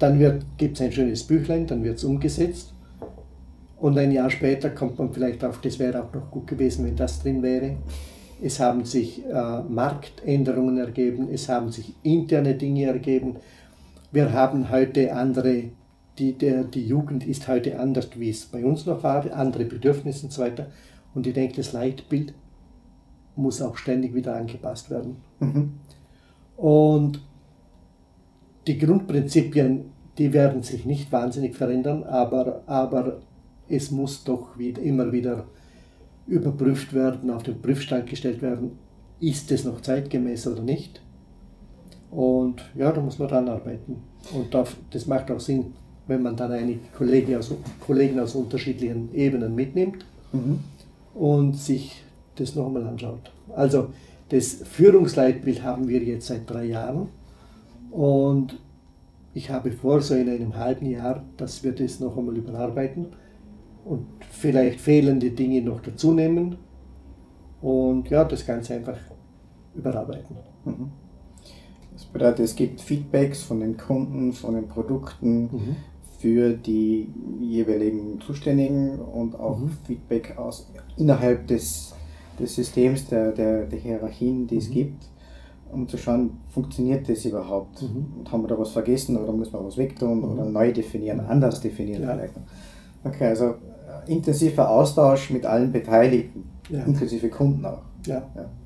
Dann gibt es ein schönes Büchlein, dann wird es umgesetzt. Und ein Jahr später kommt man vielleicht auf, das wäre auch noch gut gewesen, wenn das drin wäre. Es haben sich Marktänderungen ergeben, es haben sich interne Dinge ergeben. Wir haben heute andere, die Jugend ist heute anders, wie es bei uns noch war, andere Bedürfnisse und so weiter. Und ich denke, das Leitbild muss auch ständig wieder angepasst werden. Mhm. Und die Grundprinzipien, die werden sich nicht wahnsinnig verändern, aber es muss doch immer wieder überprüft werden, auf den Prüfstand gestellt werden, ist es noch zeitgemäß oder nicht. Und ja, da muss man dran arbeiten. Und das macht auch Sinn, wenn man dann einige Kollegen aus unterschiedlichen Ebenen mitnimmt und sich das nochmal anschaut. Also das Führungsleitbild haben wir jetzt seit 3 Jahren und ich habe vor, so in einem halben Jahr, dass wir das noch einmal überarbeiten und vielleicht fehlende Dinge noch dazu nehmen und ja, das Ganze einfach überarbeiten. Das bedeutet, es gibt Feedbacks von den Kunden, von den Produkten für die jeweiligen Zuständigen und auch Feedback innerhalb des Systems, der Hierarchien, die es gibt, um zu schauen, funktioniert das überhaupt? Und haben wir da was vergessen oder müssen wir was wegtun oder neu definieren, anders definieren vielleicht? Okay, also intensiver Austausch mit allen Beteiligten, inklusive Kunden auch. Ja.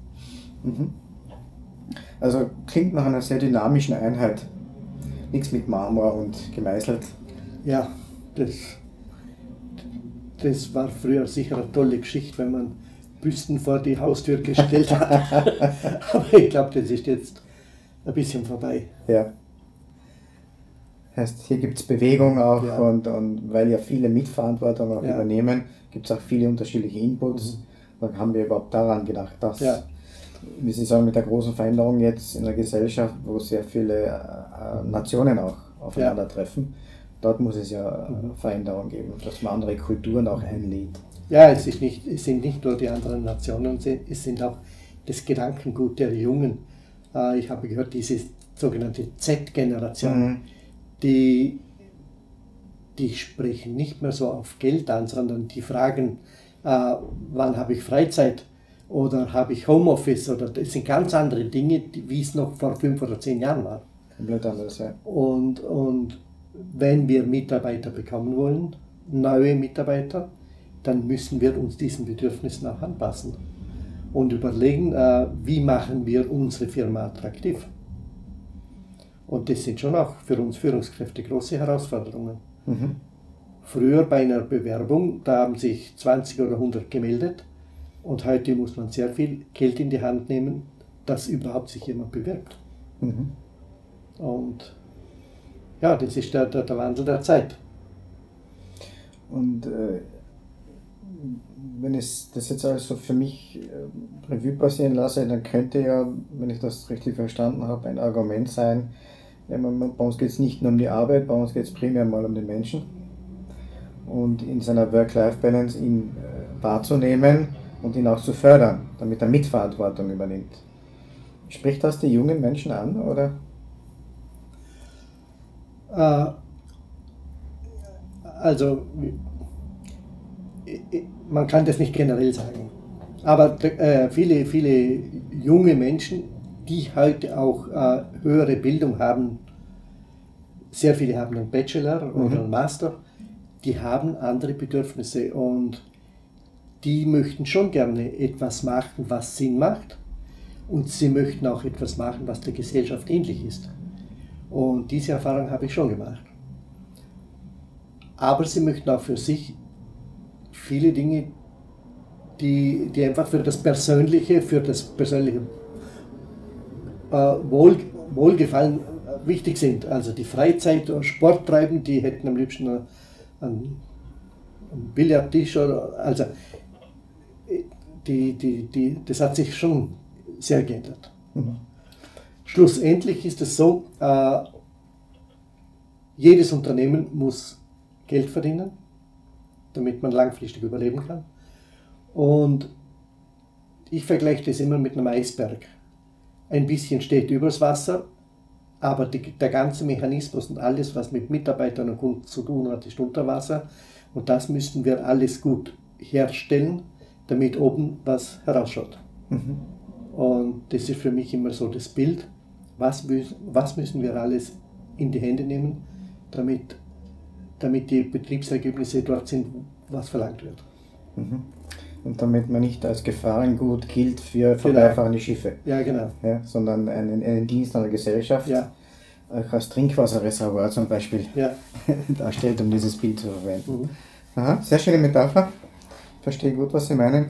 Also klingt nach einer sehr dynamischen Einheit. Nichts mit Marmor und gemeißelt. Ja, das war früher sicher eine tolle Geschichte, wenn man Büsten vor die Haustür gestellt hat. Aber ich glaube, das ist jetzt ein bisschen vorbei. Ja. Heißt, hier gibt es Bewegung auch und weil ja viele Mitverantwortung auch übernehmen, gibt es auch viele unterschiedliche Inputs. Dann haben wir überhaupt daran gedacht, dass, wie Sie sagen, mit der großen Veränderung jetzt in der Gesellschaft, wo sehr viele Nationen auch aufeinandertreffen, dort muss es ja Veränderungen geben, dass man andere Kulturen auch einlädt. Ja, es sind nicht nur die anderen Nationen, es sind auch das Gedankengut der Jungen. Ich habe gehört, diese sogenannte Z-Generation, die sprechen nicht mehr so auf Geld an, sondern die fragen, wann habe ich Freizeit oder habe ich Homeoffice, oder das sind ganz andere Dinge, wie es noch vor 5 oder 10 Jahren war. Komplett anders, ja. Und wenn wir Mitarbeiter bekommen wollen, neue Mitarbeiter, dann müssen wir uns diesen Bedürfnissen auch anpassen und überlegen, wie machen wir unsere Firma attraktiv. Und das sind schon auch für uns Führungskräfte große Herausforderungen. Früher bei einer Bewerbung, da haben sich 20 oder 100 gemeldet und heute muss man sehr viel Geld in die Hand nehmen, dass überhaupt sich jemand bewirbt. Und ja, das ist der Wandel der Zeit. Und wenn ich das jetzt alles so für mich Revue passieren lasse, dann könnte ja, wenn ich das richtig verstanden habe, ein Argument sein, ja, bei uns geht es nicht nur um die Arbeit, bei uns geht es primär mal um den Menschen und in seiner Work-Life-Balance ihn wahrzunehmen und ihn auch zu fördern, damit er Mitverantwortung übernimmt. Spricht das die jungen Menschen an, oder? Also, man kann das nicht generell sagen. Aber viele junge Menschen, die heute auch höhere Bildung haben, sehr viele haben einen Bachelor oder einen Master, die haben andere Bedürfnisse und die möchten schon gerne etwas machen, was Sinn macht, und sie möchten auch etwas machen, was der Gesellschaft ähnlich ist. Und diese Erfahrung habe ich schon gemacht. Aber sie möchten auch für sich viele Dinge, die einfach für das persönliche Wohlgefallen wichtig sind. Also die Freizeit und Sport treiben, die hätten am liebsten einen Billardtisch oder, also das hat sich schon sehr geändert. Schlussendlich ist es so, jedes Unternehmen muss Geld verdienen, damit man langfristig überleben kann. Und ich vergleiche das immer mit einem Eisberg. Ein bisschen steht übers Wasser, aber der ganze Mechanismus und alles, was mit Mitarbeitern und Kunden zu tun hat, ist unter Wasser. Und das müssten wir alles gut herstellen, damit oben was herausschaut. Mhm. Und das ist für mich immer so das Bild, was müssen wir alles in die Hände nehmen, damit die Betriebsergebnisse dort sind, was verlangt wird. Mhm. Und damit man nicht als Gefahrengut gilt für vorbeifahrende Schiffe. Ja, genau. Ja, sondern einen Dienst an der Gesellschaft, als Trinkwasserreservoir zum Beispiel, darstellt, um dieses Bild zu verwenden. Mhm. Aha, sehr schöne Metapher. Verstehe gut, was Sie meinen.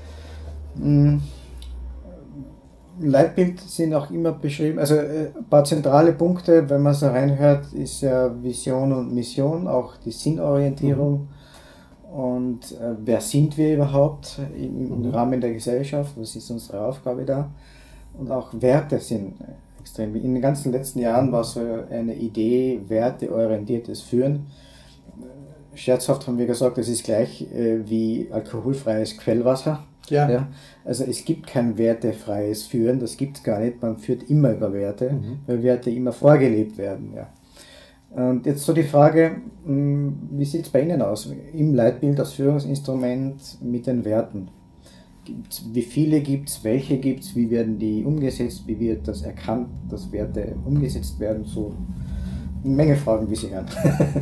Leitbild sind auch immer beschrieben, also ein paar zentrale Punkte, wenn man so reinhört, ist ja Vision und Mission, auch die Sinnorientierung und wer sind wir überhaupt im Rahmen der Gesellschaft, was ist unsere Aufgabe da, und auch Werte sind extrem. In den ganzen letzten Jahren war so eine Idee, werteorientiertes Führen. Scherzhaft haben wir gesagt, das ist gleich wie alkoholfreies Quellwasser. Ja. Also es gibt kein wertefreies Führen, das gibt es gar nicht. Man führt immer über Werte, weil Werte immer vorgelebt werden. Ja. Und jetzt so die Frage, wie sieht es bei Ihnen aus? Im Leitbild als Führungsinstrument mit den Werten. Wie viele gibt es, welche gibt es, wie werden die umgesetzt, wie wird das erkannt, dass Werte umgesetzt werden? So eine Menge Fragen, wie Sie hören.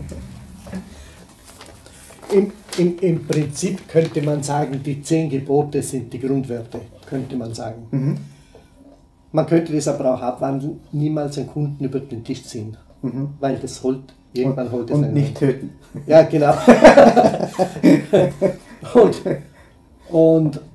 Im Prinzip könnte man sagen, die 10 Gebote sind die Grundwerte, könnte man sagen. Mhm. Man könnte das aber auch abwandeln, niemals einen Kunden über den Tisch ziehen, weil das irgendwann holt es einen. Und nicht töten. Ja, genau. und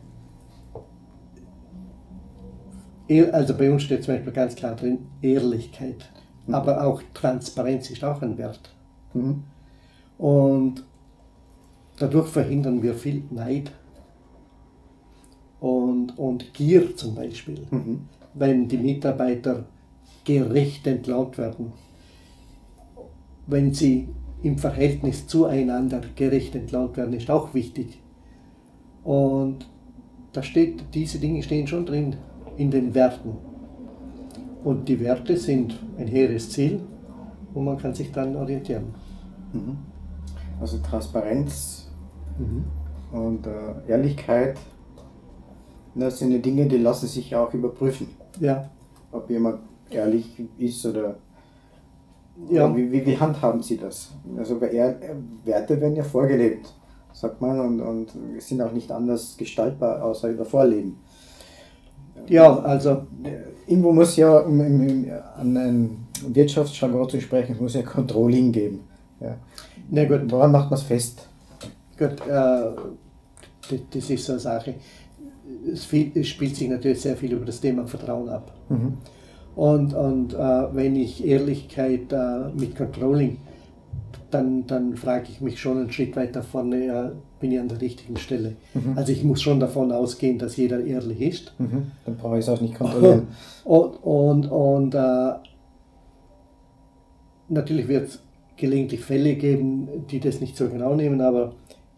also bei uns steht zum Beispiel ganz klar drin, Ehrlichkeit, aber auch Transparenz ist auch ein Wert. Mhm. Und dadurch verhindern wir viel Neid und Gier zum Beispiel, wenn die Mitarbeiter gerecht entlohnt werden, wenn sie im Verhältnis zueinander gerecht entlohnt werden, ist auch wichtig. Und diese Dinge stehen schon drin in den Werten. Und die Werte sind ein hehres Ziel und man kann sich dann orientieren. Also Transparenz und Ehrlichkeit, das sind die Dinge, die lassen sich auch überprüfen. Ja. Ob jemand ehrlich ist oder wie handhaben Sie das? Also Werte werden ja vorgelebt, sagt man, und sind auch nicht anders gestaltbar, außer über Vorleben. Ja, also irgendwo muss ja, um an einen Wirtschaftsjargon zu sprechen, muss ja Controlling geben. Ja. Na gut. Woran macht man es fest? Gut, das ist so eine Sache. Es spielt sich natürlich sehr viel über das Thema Vertrauen ab. Und wenn ich Ehrlichkeit mit Controlling, dann frage ich mich schon einen Schritt weiter vorne, bin ich an der richtigen Stelle. Also ich muss schon davon ausgehen, dass jeder ehrlich ist. Dann brauche ich es auch nicht kontrollieren. Und natürlich wird es gelegentlich Fälle geben, die das nicht so genau nehmen, aber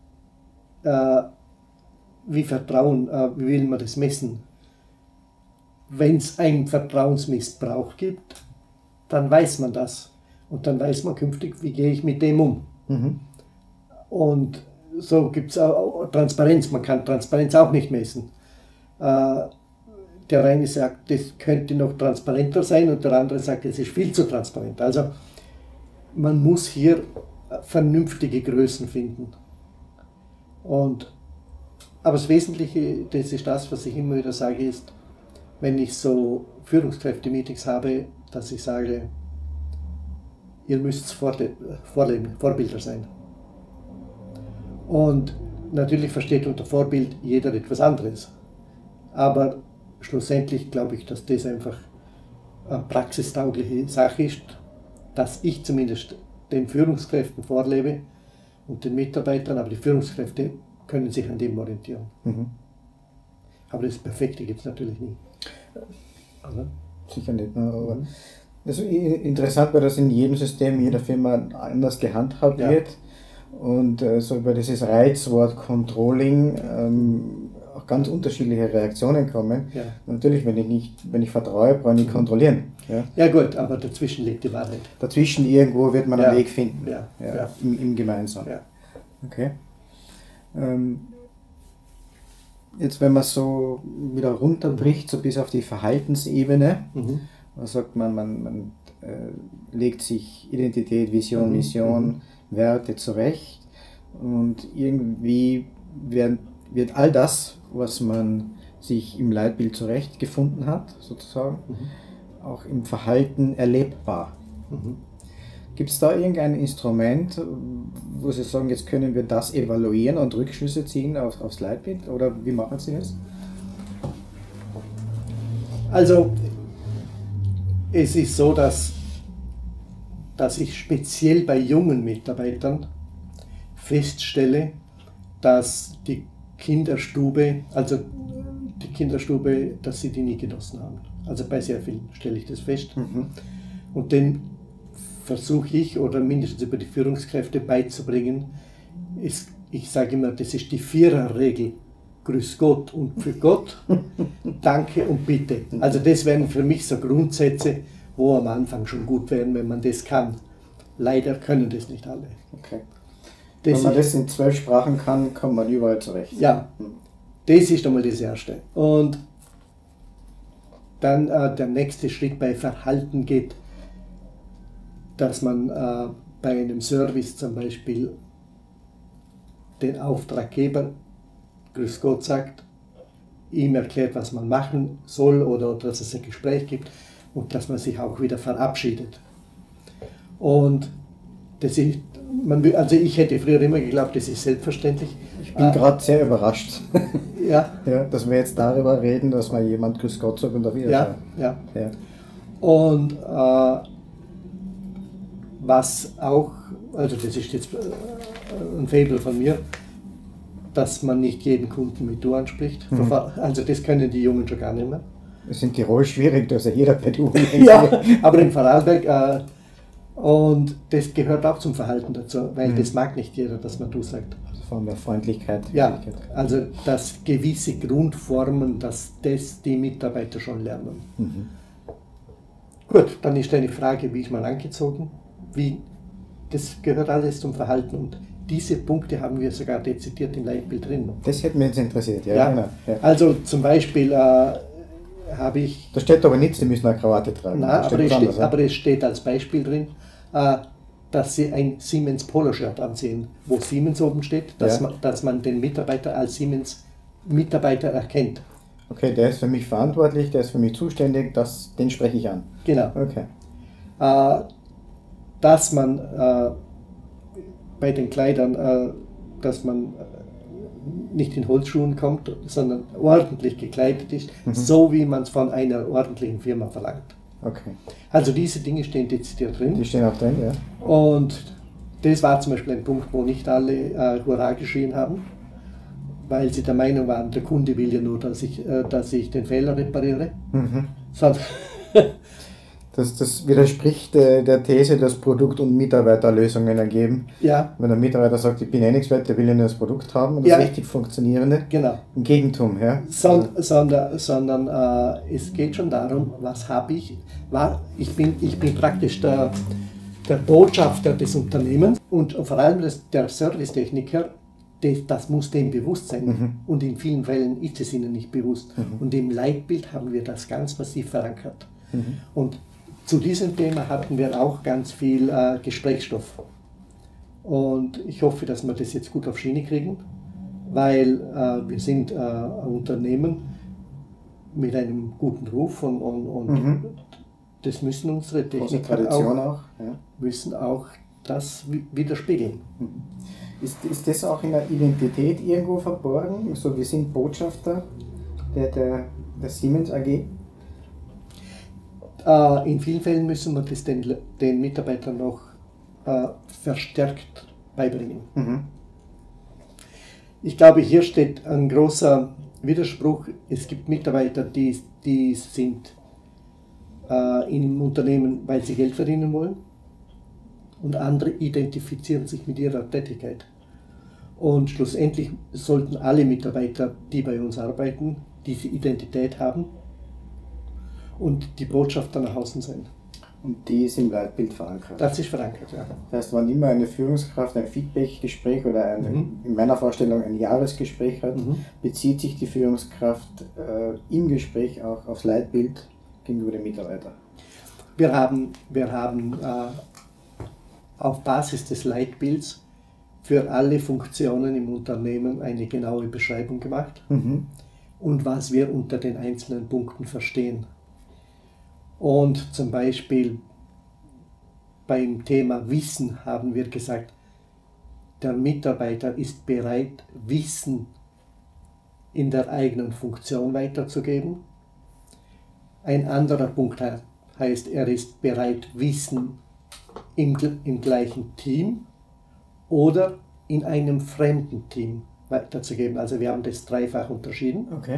wie will man das messen? Wenn es einen Vertrauensmissbrauch gibt, dann weiß man das. Und dann weiß man künftig, wie gehe ich mit dem um. Und so gibt es auch Transparenz. Man kann Transparenz auch nicht messen. Der eine sagt, das könnte noch transparenter sein und der andere sagt, es ist viel zu transparent. Also man muss hier vernünftige Größen finden. Aber das Wesentliche, das ist das, was ich immer wieder sage, ist, wenn ich so Führungskräfte-Meetings habe, dass ich sage, ihr müsst Vorbilder sein. Und natürlich versteht unter Vorbild jeder etwas anderes. Aber schlussendlich glaube ich, dass das einfach eine praxistaugliche Sache ist, dass ich zumindest den Führungskräften vorlebe und den Mitarbeitern, aber die Führungskräfte können sich an dem orientieren. Aber das Perfekte gibt es natürlich nie. Also, sicher nicht. Aber das ist interessant, weil das in jedem System, jeder Firma anders gehandhabt wird. Und so über dieses Reizwort Controlling auch ganz unterschiedliche Reaktionen kommen. Ja. Natürlich, wenn ich vertraue, brauche ich nicht kontrollieren. Ja? Ja gut, aber dazwischen liegt die Wahrheit. Dazwischen irgendwo wird man einen Weg finden. Ja. Im Gemeinsamen. Ja. Okay. Jetzt, wenn man so wieder runterbricht, so bis auf die Verhaltensebene, da sagt man legt sich Identität, Vision, Mission, Werte zurecht und irgendwie wird all das, was man sich im Leitbild zurechtgefunden hat, sozusagen, auch im Verhalten erlebbar. Gibt es da irgendein Instrument, wo Sie sagen, jetzt können wir das evaluieren und Rückschlüsse ziehen aufs Leitbild? Oder wie machen Sie das? Also, es ist so, dass ich speziell bei jungen Mitarbeitern feststelle, dass die Kinderstube, dass sie die nie genossen haben. Also bei sehr vielen stelle ich das fest. Und den versuche ich, oder mindestens über die Führungskräfte beizubringen, ich sage immer, das ist die Viererregel. Grüß Gott und für Gott, danke und bitte. Also das wären für mich so Grundsätze, wo am Anfang schon gut wären, wenn man das kann. Leider können das nicht alle. Okay. Wenn man das in 12 Sprachen kann, kommt man überall zurecht. Ja, das ist einmal das Erste. Und dann der nächste Schritt bei Verhalten geht, dass man bei einem Service zum Beispiel den Auftraggeber Grüß Gott sagt, ihm erklärt, was man machen soll oder dass es ein Gespräch gibt und dass man sich auch wieder verabschiedet. Und das ist, ich hätte früher immer geglaubt, das ist selbstverständlich. Ich bin gerade sehr überrascht, ja, dass wir jetzt darüber reden, dass man jemand Grüß Gott sagt und auf Wiedersehen. Ja. Und was auch, also das ist jetzt ein Faible von mir, dass man nicht jeden Kunden mit Du anspricht. Also das können die Jungen schon gar nicht mehr. Das ist in Tirol schwierig, dass jeder per Du ja, aber in Vorarlberg, und das gehört auch zum Verhalten dazu, weil das mag nicht jeder, dass man Du sagt. Von der Freundlichkeit. Ja, also dass gewisse Grundformen, dass das die Mitarbeiter schon lernen. Gut, dann ist eine Frage, wie ist man angezogen? Das gehört alles zum Verhalten und diese Punkte haben wir sogar dezidiert im Leitbild drin. Das hätte mich jetzt interessiert, ja. Genau. Ja. Also zum Beispiel habe ich... Da steht aber nichts, Sie müssen eine Krawatte tragen. Nein, aber es steht als Beispiel drin, dass Sie ein Siemens Poloshirt ansehen, wo Siemens oben steht, dass man den Mitarbeiter als Siemens Mitarbeiter erkennt. Okay, der ist für mich verantwortlich, der ist für mich zuständig, den spreche ich an. Genau. Okay. Dass man bei den Kleidern, dass man nicht in Holzschuhen kommt, sondern ordentlich gekleidet ist, so wie man es von einer ordentlichen Firma verlangt. Okay. Also diese Dinge stehen dezidiert drin. Die stehen auch drin, ja. Und das war zum Beispiel ein Punkt, wo nicht alle Hurra geschrien haben, weil sie der Meinung waren, der Kunde will ja nur, dass ich den Fehler repariere. Das widerspricht der These, dass Produkt- und Mitarbeiterlösungen ergeben. Ja. Wenn der Mitarbeiter sagt, ich bin nichts wert, der will ja nur das Produkt haben und das richtig funktionierende. Genau. Im Gegentum, ja. Sondern es geht schon darum, was habe ich. Ich bin praktisch der Botschafter des Unternehmens und vor allem der Servicetechniker, das muss dem bewusst sein. Und in vielen Fällen ist es ihnen nicht bewusst. Und im Leitbild haben wir das ganz massiv verankert. Und zu diesem Thema hatten wir auch ganz viel Gesprächsstoff. Und ich hoffe, dass wir das jetzt gut auf Schiene kriegen, weil wir sind ein Unternehmen mit einem guten Ruf und das müssen unsere Techniker müssen auch das widerspiegeln. Ist das auch in der Identität irgendwo verborgen? So, wir sind Botschafter der Siemens AG? In vielen Fällen müssen wir das den Mitarbeitern noch verstärkt beibringen. Ich glaube, hier steht ein großer Widerspruch. Es gibt Mitarbeiter, die sind im Unternehmen, weil sie Geld verdienen wollen, und andere identifizieren sich mit ihrer Tätigkeit. Und schlussendlich sollten alle Mitarbeiter, die bei uns arbeiten, diese Identität haben und die Botschafter nach außen sein. Und die ist im Leitbild verankert. Das ist verankert, ja. Das heißt, wann immer eine Führungskraft ein Feedback-Gespräch oder in meiner Vorstellung ein Jahresgespräch hat, bezieht sich die Führungskraft im Gespräch auch aufs Leitbild gegenüber dem Mitarbeiter. Wir haben auf Basis des Leitbilds für alle Funktionen im Unternehmen eine genaue Beschreibung gemacht und was wir unter den einzelnen Punkten verstehen. Und zum Beispiel beim Thema Wissen haben wir gesagt, der Mitarbeiter ist bereit, Wissen in der eigenen Funktion weiterzugeben. Ein anderer Punkt heißt, er ist bereit, Wissen im gleichen Team oder in einem fremden Team weiterzugeben. Also wir haben das dreifach unterschieden. Okay.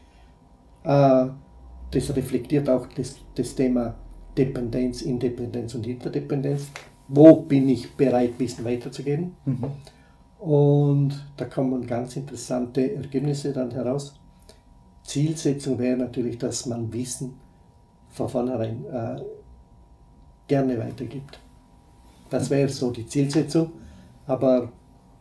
Das reflektiert auch das Thema Dependenz, Independenz und Interdependenz. Wo bin ich bereit, Wissen weiterzugeben? Und da kommen ganz interessante Ergebnisse dann heraus. Zielsetzung wäre natürlich, dass man Wissen von vornherein gerne weitergibt. Das wäre so die Zielsetzung, aber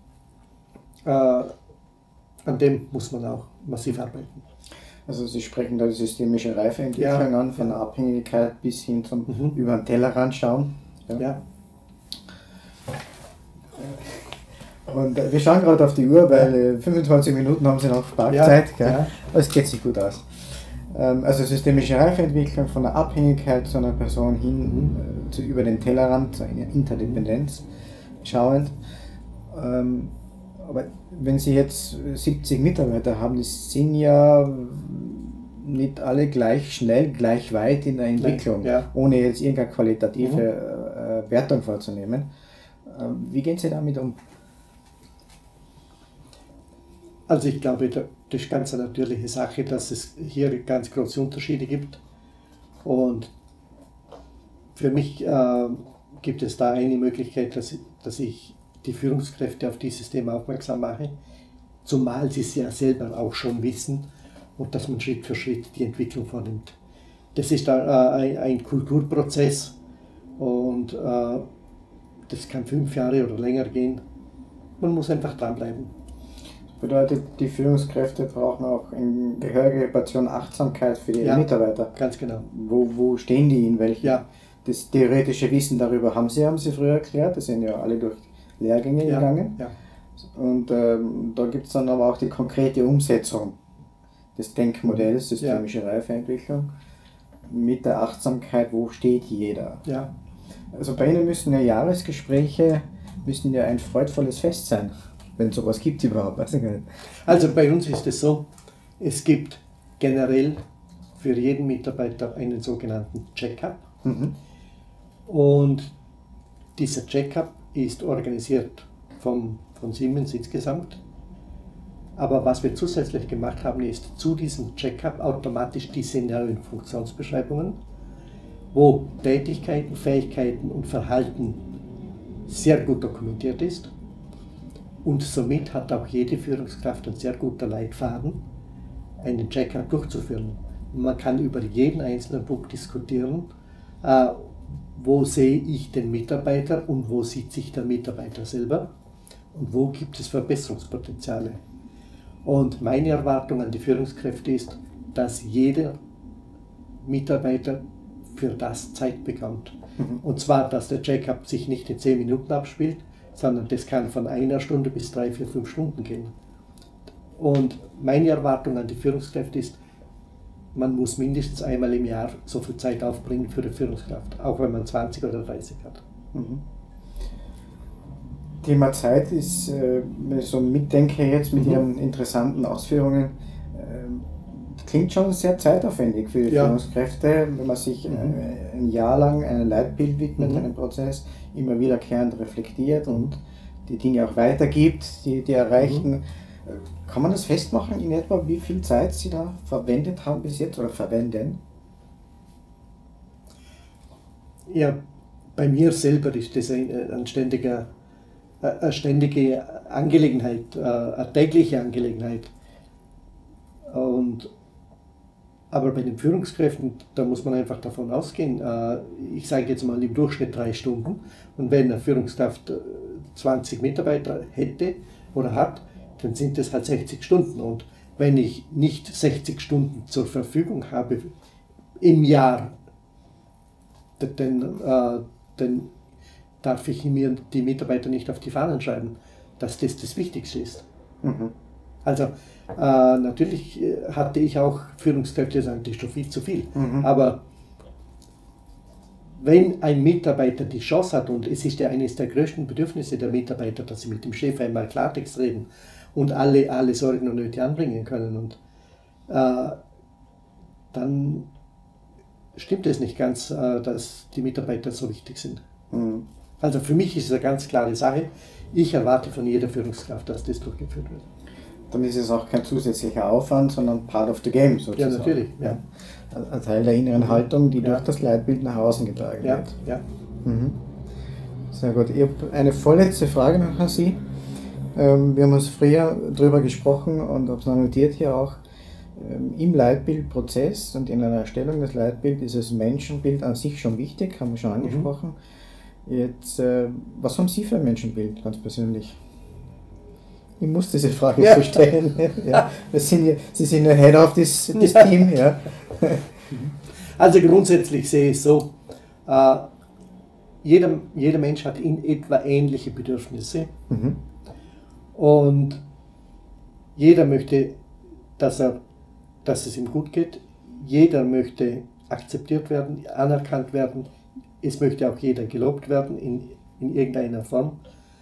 an dem muss man auch massiv arbeiten. Also Sie sprechen da die systemische Reifeentwicklung an, von der Abhängigkeit bis hin zum über den Tellerrand schauen. Ja. Und wir schauen gerade auf die Uhr, weil 25 Minuten haben Sie noch Parkzeit. Ja. Aber es geht sich gut aus. Also systemische Reifeentwicklung von der Abhängigkeit zu einer Person hin zu über den Tellerrand, zu einer Interdependenz schauend. Aber wenn Sie jetzt 70 Mitarbeiter haben, die sind ja nicht alle gleich schnell, gleich weit in der Entwicklung, ohne jetzt irgendeine qualitative Wertung vorzunehmen. Wie gehen Sie damit um? Also ich glaube, das ist ganz eine natürliche Sache, dass es hier ganz große Unterschiede gibt. Und für mich gibt es da eine Möglichkeit, dass ich die Führungskräfte auf dieses Thema aufmerksam mache, zumal sie es ja selber auch schon wissen und dass man Schritt für Schritt die Entwicklung vornimmt. Das ist ein Kulturprozess und das kann 5 Jahre oder länger gehen. Man muss einfach dranbleiben. Das bedeutet, die Führungskräfte brauchen auch eine gehörige Portion Achtsamkeit für die Mitarbeiter. Ganz genau. Wo stehen die in welchen? Das theoretische Wissen darüber haben Sie früher erklärt, das sind ja alle durch Lehrgänge gegangen. Ja. Und da gibt es dann aber auch die konkrete Umsetzung des Denkmodells, systemische Reifeentwicklung, mit der Achtsamkeit, wo steht jeder. Ja. Also bei Ihnen müssen ja Jahresgespräche ein freudvolles Fest sein, wenn es sowas gibt überhaupt. Weiß ich gar nicht. Also bei uns ist es so, es gibt generell für jeden Mitarbeiter einen sogenannten Check-up. Und dieser Check-up ist organisiert von Siemens insgesamt. Aber was wir zusätzlich gemacht haben, ist zu diesem Check-up automatisch diese neuen Funktionsbeschreibungen, wo Tätigkeiten, Fähigkeiten und Verhalten sehr gut dokumentiert ist. Und somit hat auch jede Führungskraft ein sehr guter Leitfaden, einen Check-up durchzuführen. Und man kann über jeden einzelnen Punkt diskutieren, wo sehe ich den Mitarbeiter und wo sieht sich der Mitarbeiter selber und wo gibt es Verbesserungspotenziale. Und meine Erwartung an die Führungskräfte ist, dass jeder Mitarbeiter für das Zeit bekommt. Und zwar, dass der Check-up sich nicht in 10 Minuten abspielt, sondern das kann von 1 Stunde bis 3, 4, 5 Stunden gehen. Und meine Erwartung an die Führungskräfte ist, man muss mindestens einmal im Jahr so viel Zeit aufbringen für die Führungskraft, auch wenn man 20 oder 30 hat. Thema Zeit ist, wenn ich so mitdenke jetzt mit Ihren interessanten Ausführungen, klingt schon sehr zeitaufwendig für die Führungskräfte, wenn man sich ein Jahr lang einem Leitbild widmet, einem Prozess, immer wiederkehrend reflektiert und die Dinge auch weitergibt, die erreichten. Kann man das festmachen in etwa, wie viel Zeit Sie da verwendet haben bis jetzt oder verwenden? Ja, bei mir selber ist das ein ständiger eine ständige Angelegenheit, eine tägliche Angelegenheit. Aber bei den Führungskräften, da muss man einfach davon ausgehen, ich sage jetzt mal im Durchschnitt 3 Stunden, und wenn eine Führungskraft 20 Mitarbeiter hätte oder hat, dann sind das halt 60 Stunden. Und wenn ich nicht 60 Stunden zur Verfügung habe im Jahr, dann darf ich mir die Mitarbeiter nicht auf die Fahnen schreiben, dass das das Wichtigste ist. Mhm. Also natürlich hatte ich auch Führungskräfte, die sagen, das ist schon viel zu viel. Mhm. Aber wenn ein Mitarbeiter die Chance hat, und es ist ja eines der größten Bedürfnisse der Mitarbeiter, dass sie mit dem Chef einmal Klartext reden und alle Sorgen und Nöte anbringen können, und dann stimmt es nicht ganz, dass die Mitarbeiter so wichtig sind. Mhm. Also für mich ist es eine ganz klare Sache. Ich erwarte von jeder Führungskraft, dass das durchgeführt wird. Dann ist es auch kein zusätzlicher Aufwand, sondern part of the game sozusagen. Ja, natürlich. Ja. Ein Teil der inneren Haltung, die durch das Leitbild nach außen getragen wird. Ja. Mhm. Sehr gut. Ich habe eine vorletzte Frage noch an Sie. Wir haben uns früher darüber gesprochen und habe es notiert hier auch. Im Leitbildprozess und in einer Erstellung des Leitbilds ist das Menschenbild an sich schon wichtig, haben wir schon angesprochen. Jetzt, was haben Sie für ein Menschenbild, ganz persönlich? Ich muss diese Frage so stellen. Ja. Sie sind ja Head of this Team. Ja. Also grundsätzlich sehe ich es so, jeder Mensch hat in etwa ähnliche Bedürfnisse. Mhm. Und jeder möchte, dass es ihm gut geht. Jeder möchte akzeptiert werden, anerkannt werden. Es möchte auch jeder gelobt werden in irgendeiner Form.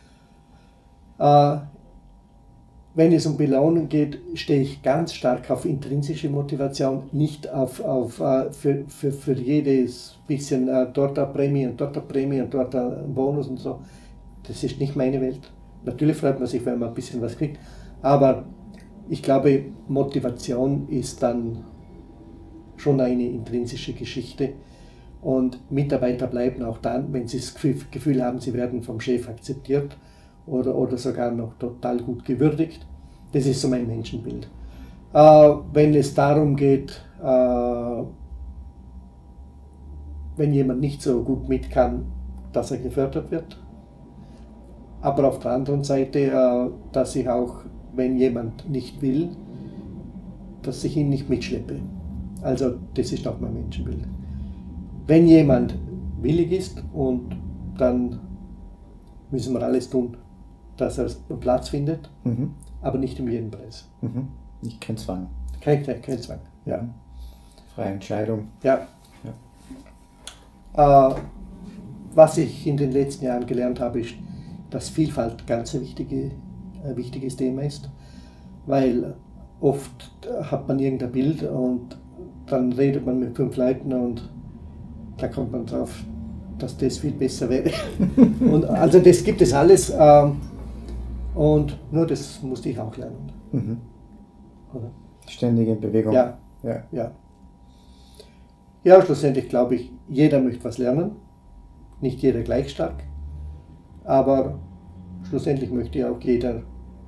Wenn es um Belohnung geht, stehe ich ganz stark auf intrinsische Motivation, nicht für jedes bisschen dort eine Prämie und dort ein Bonus und so. Das ist nicht meine Welt. Natürlich freut man sich, wenn man ein bisschen was kriegt, aber ich glaube, Motivation ist dann schon eine intrinsische Geschichte, und Mitarbeiter bleiben auch dann, wenn sie das Gefühl haben, sie werden vom Chef akzeptiert oder sogar noch total gut gewürdigt. Das ist so mein Menschenbild. Wenn es darum geht, wenn jemand nicht so gut mit kann, dass er gefördert wird. Aber auf der anderen Seite, dass ich auch, wenn jemand nicht will, dass ich ihn nicht mitschleppe. Also das ist auch mein Menschenbild. Wenn jemand willig ist, und dann müssen wir alles tun, dass er einen Platz findet, aber nicht um jeden Preis. Mhm. Nicht kein Zwang. Kein Zwang, ja. Freie Entscheidung. Ja. Was ich in den letzten Jahren gelernt habe, ist, dass Vielfalt ganz ein wichtiges Thema ist, weil oft hat man irgendein Bild und dann redet man mit 5 Leuten und da kommt man drauf, dass das viel besser wäre. Und also das gibt es alles, und nur das musste ich auch lernen. Mhm. Ständige Bewegung. Ja. Ja, schlussendlich glaube ich, jeder möchte was lernen, nicht jeder gleich stark, aber schlussendlich möchte auch jeder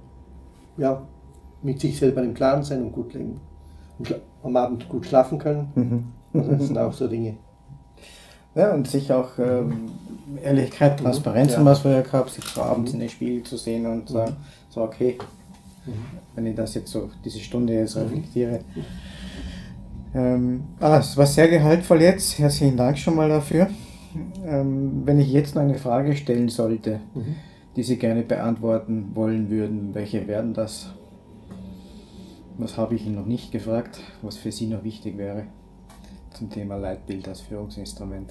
mit sich selber im Klaren sein und gut leben. Und am Abend gut schlafen können. Das sind auch so Dinge. Ja, und sich auch Ehrlichkeit, Transparenz haben wir es vorher gehabt, sich so abends in den Spiegel zu sehen und sagen, so okay, wenn ich das jetzt so, diese Stunde jetzt reflektiere. Es war sehr gehaltvoll jetzt, herzlichen Dank schon mal dafür. Wenn ich jetzt noch eine Frage stellen sollte, die Sie gerne beantworten wollen würden, welche wären das? Was habe ich Ihnen noch nicht gefragt, was für Sie noch wichtig wäre zum Thema Leitbild als Führungsinstrument?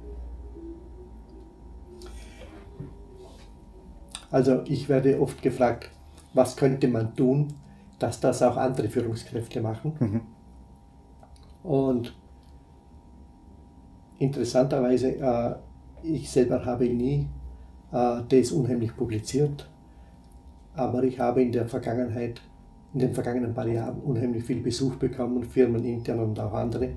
Also ich werde oft gefragt, was könnte man tun, dass das auch andere Führungskräfte machen? Und interessanterweise, ich selber habe nie das unheimlich publiziert, aber ich habe in den vergangenen paar Jahren unheimlich viel Besuch bekommen, Firmen intern und auch andere,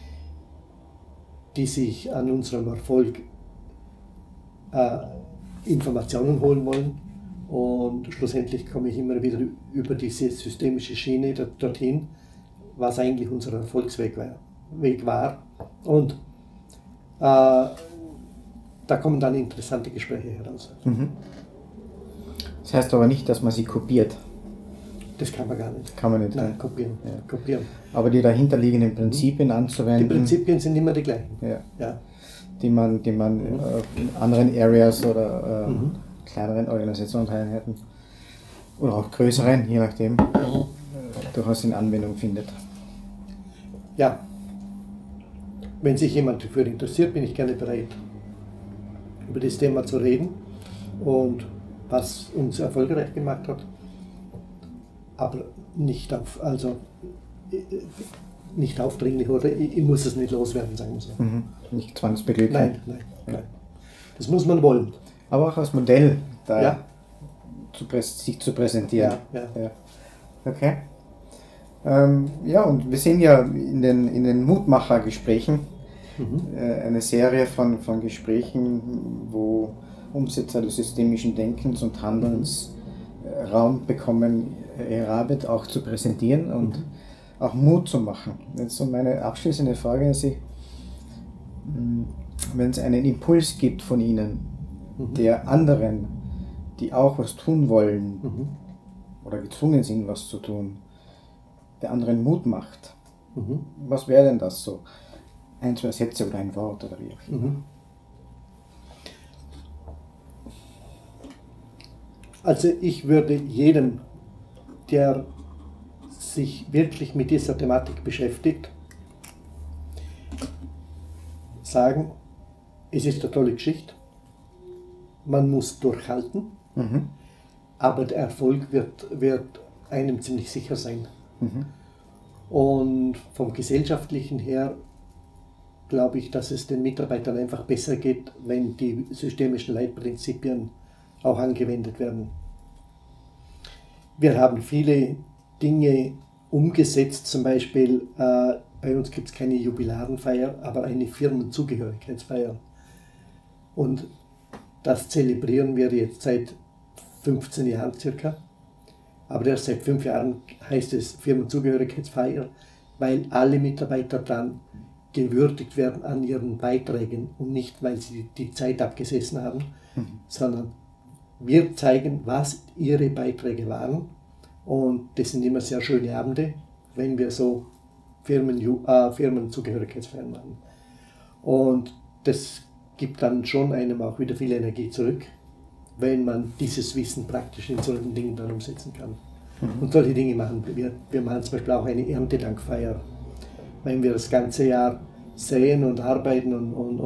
die sich an unserem Erfolg Informationen holen wollen Und schlussendlich komme ich immer wieder über diese systemische Schiene dorthin, was eigentlich unser Erfolgsweg war. Und da kommen dann interessante Gespräche heraus. Mhm. Das heißt aber nicht, dass man sie kopiert. Das kann man gar nicht. Kann man nicht. Nein, kopieren. Ja. Kopieren. Aber die dahinterliegenden Prinzipien anzuwenden. Die Prinzipien sind immer die gleichen. Ja. Ja. Die man in anderen Areas oder kleineren Organisationseinheiten oder auch größeren, je nachdem, durchaus in Anwendung findet. Ja. Wenn sich jemand dafür interessiert, bin ich gerne bereit, über das Thema zu reden und was uns erfolgreich gemacht hat. Aber nicht aufdringlich oder ich muss es nicht loswerden, sagen wir so. Nicht zwangsbegleitet. Nein. Das muss man wollen. Aber auch als Modell da sich zu präsentieren. Ja. Okay. Und wir sehen ja in den Mutmacher-Gesprächen eine Serie von Gesprächen, wo Umsetzer des systemischen Denkens und Handelns Raum bekommen, ihre Arbeit auch zu präsentieren und auch Mut zu machen. Jetzt so meine abschließende Frage an Sie. Wenn es einen Impuls gibt von Ihnen, der anderen, die auch was tun wollen oder gezwungen sind, was zu tun, der anderen Mut macht, was wäre denn das so? 1, 2 Sätze oder ein Wort oder wie auch immer. Also ich würde jedem, der sich wirklich mit dieser Thematik beschäftigt, sagen, es ist eine tolle Geschichte, man muss durchhalten, aber der Erfolg wird einem ziemlich sicher sein. Und vom Gesellschaftlichen her glaube ich, dass es den Mitarbeitern einfach besser geht, wenn die systemischen Leitprinzipien auch angewendet werden. Wir haben viele Dinge umgesetzt, zum Beispiel bei uns gibt es keine Jubilarenfeier, aber eine Firmenzugehörigkeitsfeier. Und das zelebrieren wir jetzt seit 15 Jahren circa. Aber erst seit 5 Jahren heißt es Firmenzugehörigkeitsfeier, weil alle Mitarbeiter dann gewürdigt werden an ihren Beiträgen und nicht, weil sie die Zeit abgesessen haben, sondern wir zeigen, was ihre Beiträge waren. Und das sind immer sehr schöne Abende, wenn wir so Firmenzugehörigkeitsfeiern machen. Und das gibt dann schon einem auch wieder viel Energie zurück, wenn man dieses Wissen praktisch in solchen Dingen dann umsetzen kann. Und solche Dinge machen wir. Wir machen zum Beispiel auch eine Erntedankfeier. Wenn wir das ganze Jahr säen und arbeiten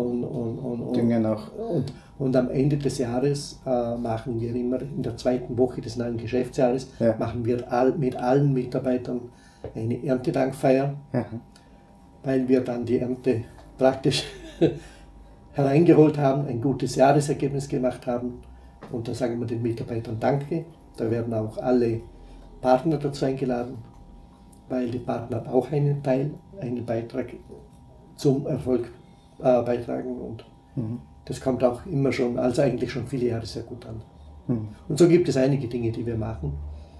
und am Ende des Jahres machen wir immer in der 2. Woche des neuen Geschäftsjahres, machen wir mit allen Mitarbeitern eine Erntedankfeier, weil wir dann die Ernte praktisch hereingeholt haben, ein gutes Jahresergebnis gemacht haben. Und da sagen wir den Mitarbeitern Danke. Da werden auch alle Partner dazu eingeladen, weil die Partner auch einen Beitrag zum Erfolg beitragen. Und das kommt auch immer schon, also eigentlich schon viele Jahre sehr gut an. Und so gibt es einige Dinge, die wir machen,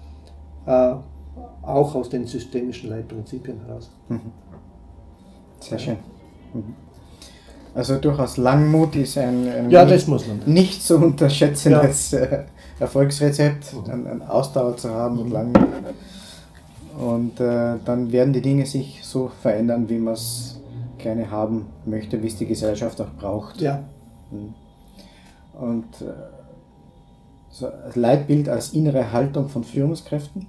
auch aus den systemischen Leitprinzipien heraus. Sehr schön. Also durchaus Langmut ist ein das muss man. Nicht zu unterschätzendes Erfolgsrezept, einen Ausdauer zu haben und Langmut. Und dann werden die Dinge sich so verändern, wie man es gerne haben möchte, wie es die Gesellschaft auch braucht. Ja. Und so Leitbild als innere Haltung von Führungskräften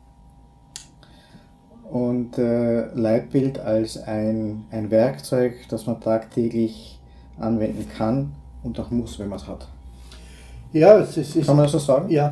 und Leitbild als ein Werkzeug, das man tagtäglich anwenden kann und auch muss, wenn man es hat. Ja, es ist. Kann man das so sagen? Ja.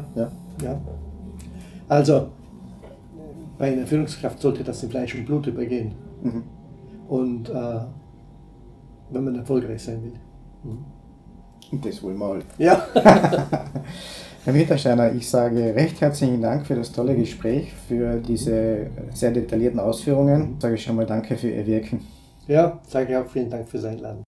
Also, bei einer Führungskraft sollte das in Fleisch und Blut übergehen. Und wenn man erfolgreich sein will. Und das wohl mal. Ja. Herr Mittersteiner, ich sage recht herzlichen Dank für das tolle Gespräch, für diese sehr detaillierten Ausführungen. Ich sage schon mal Danke für Ihr Wirken. Ja, sage ich auch vielen Dank fürs Einladen.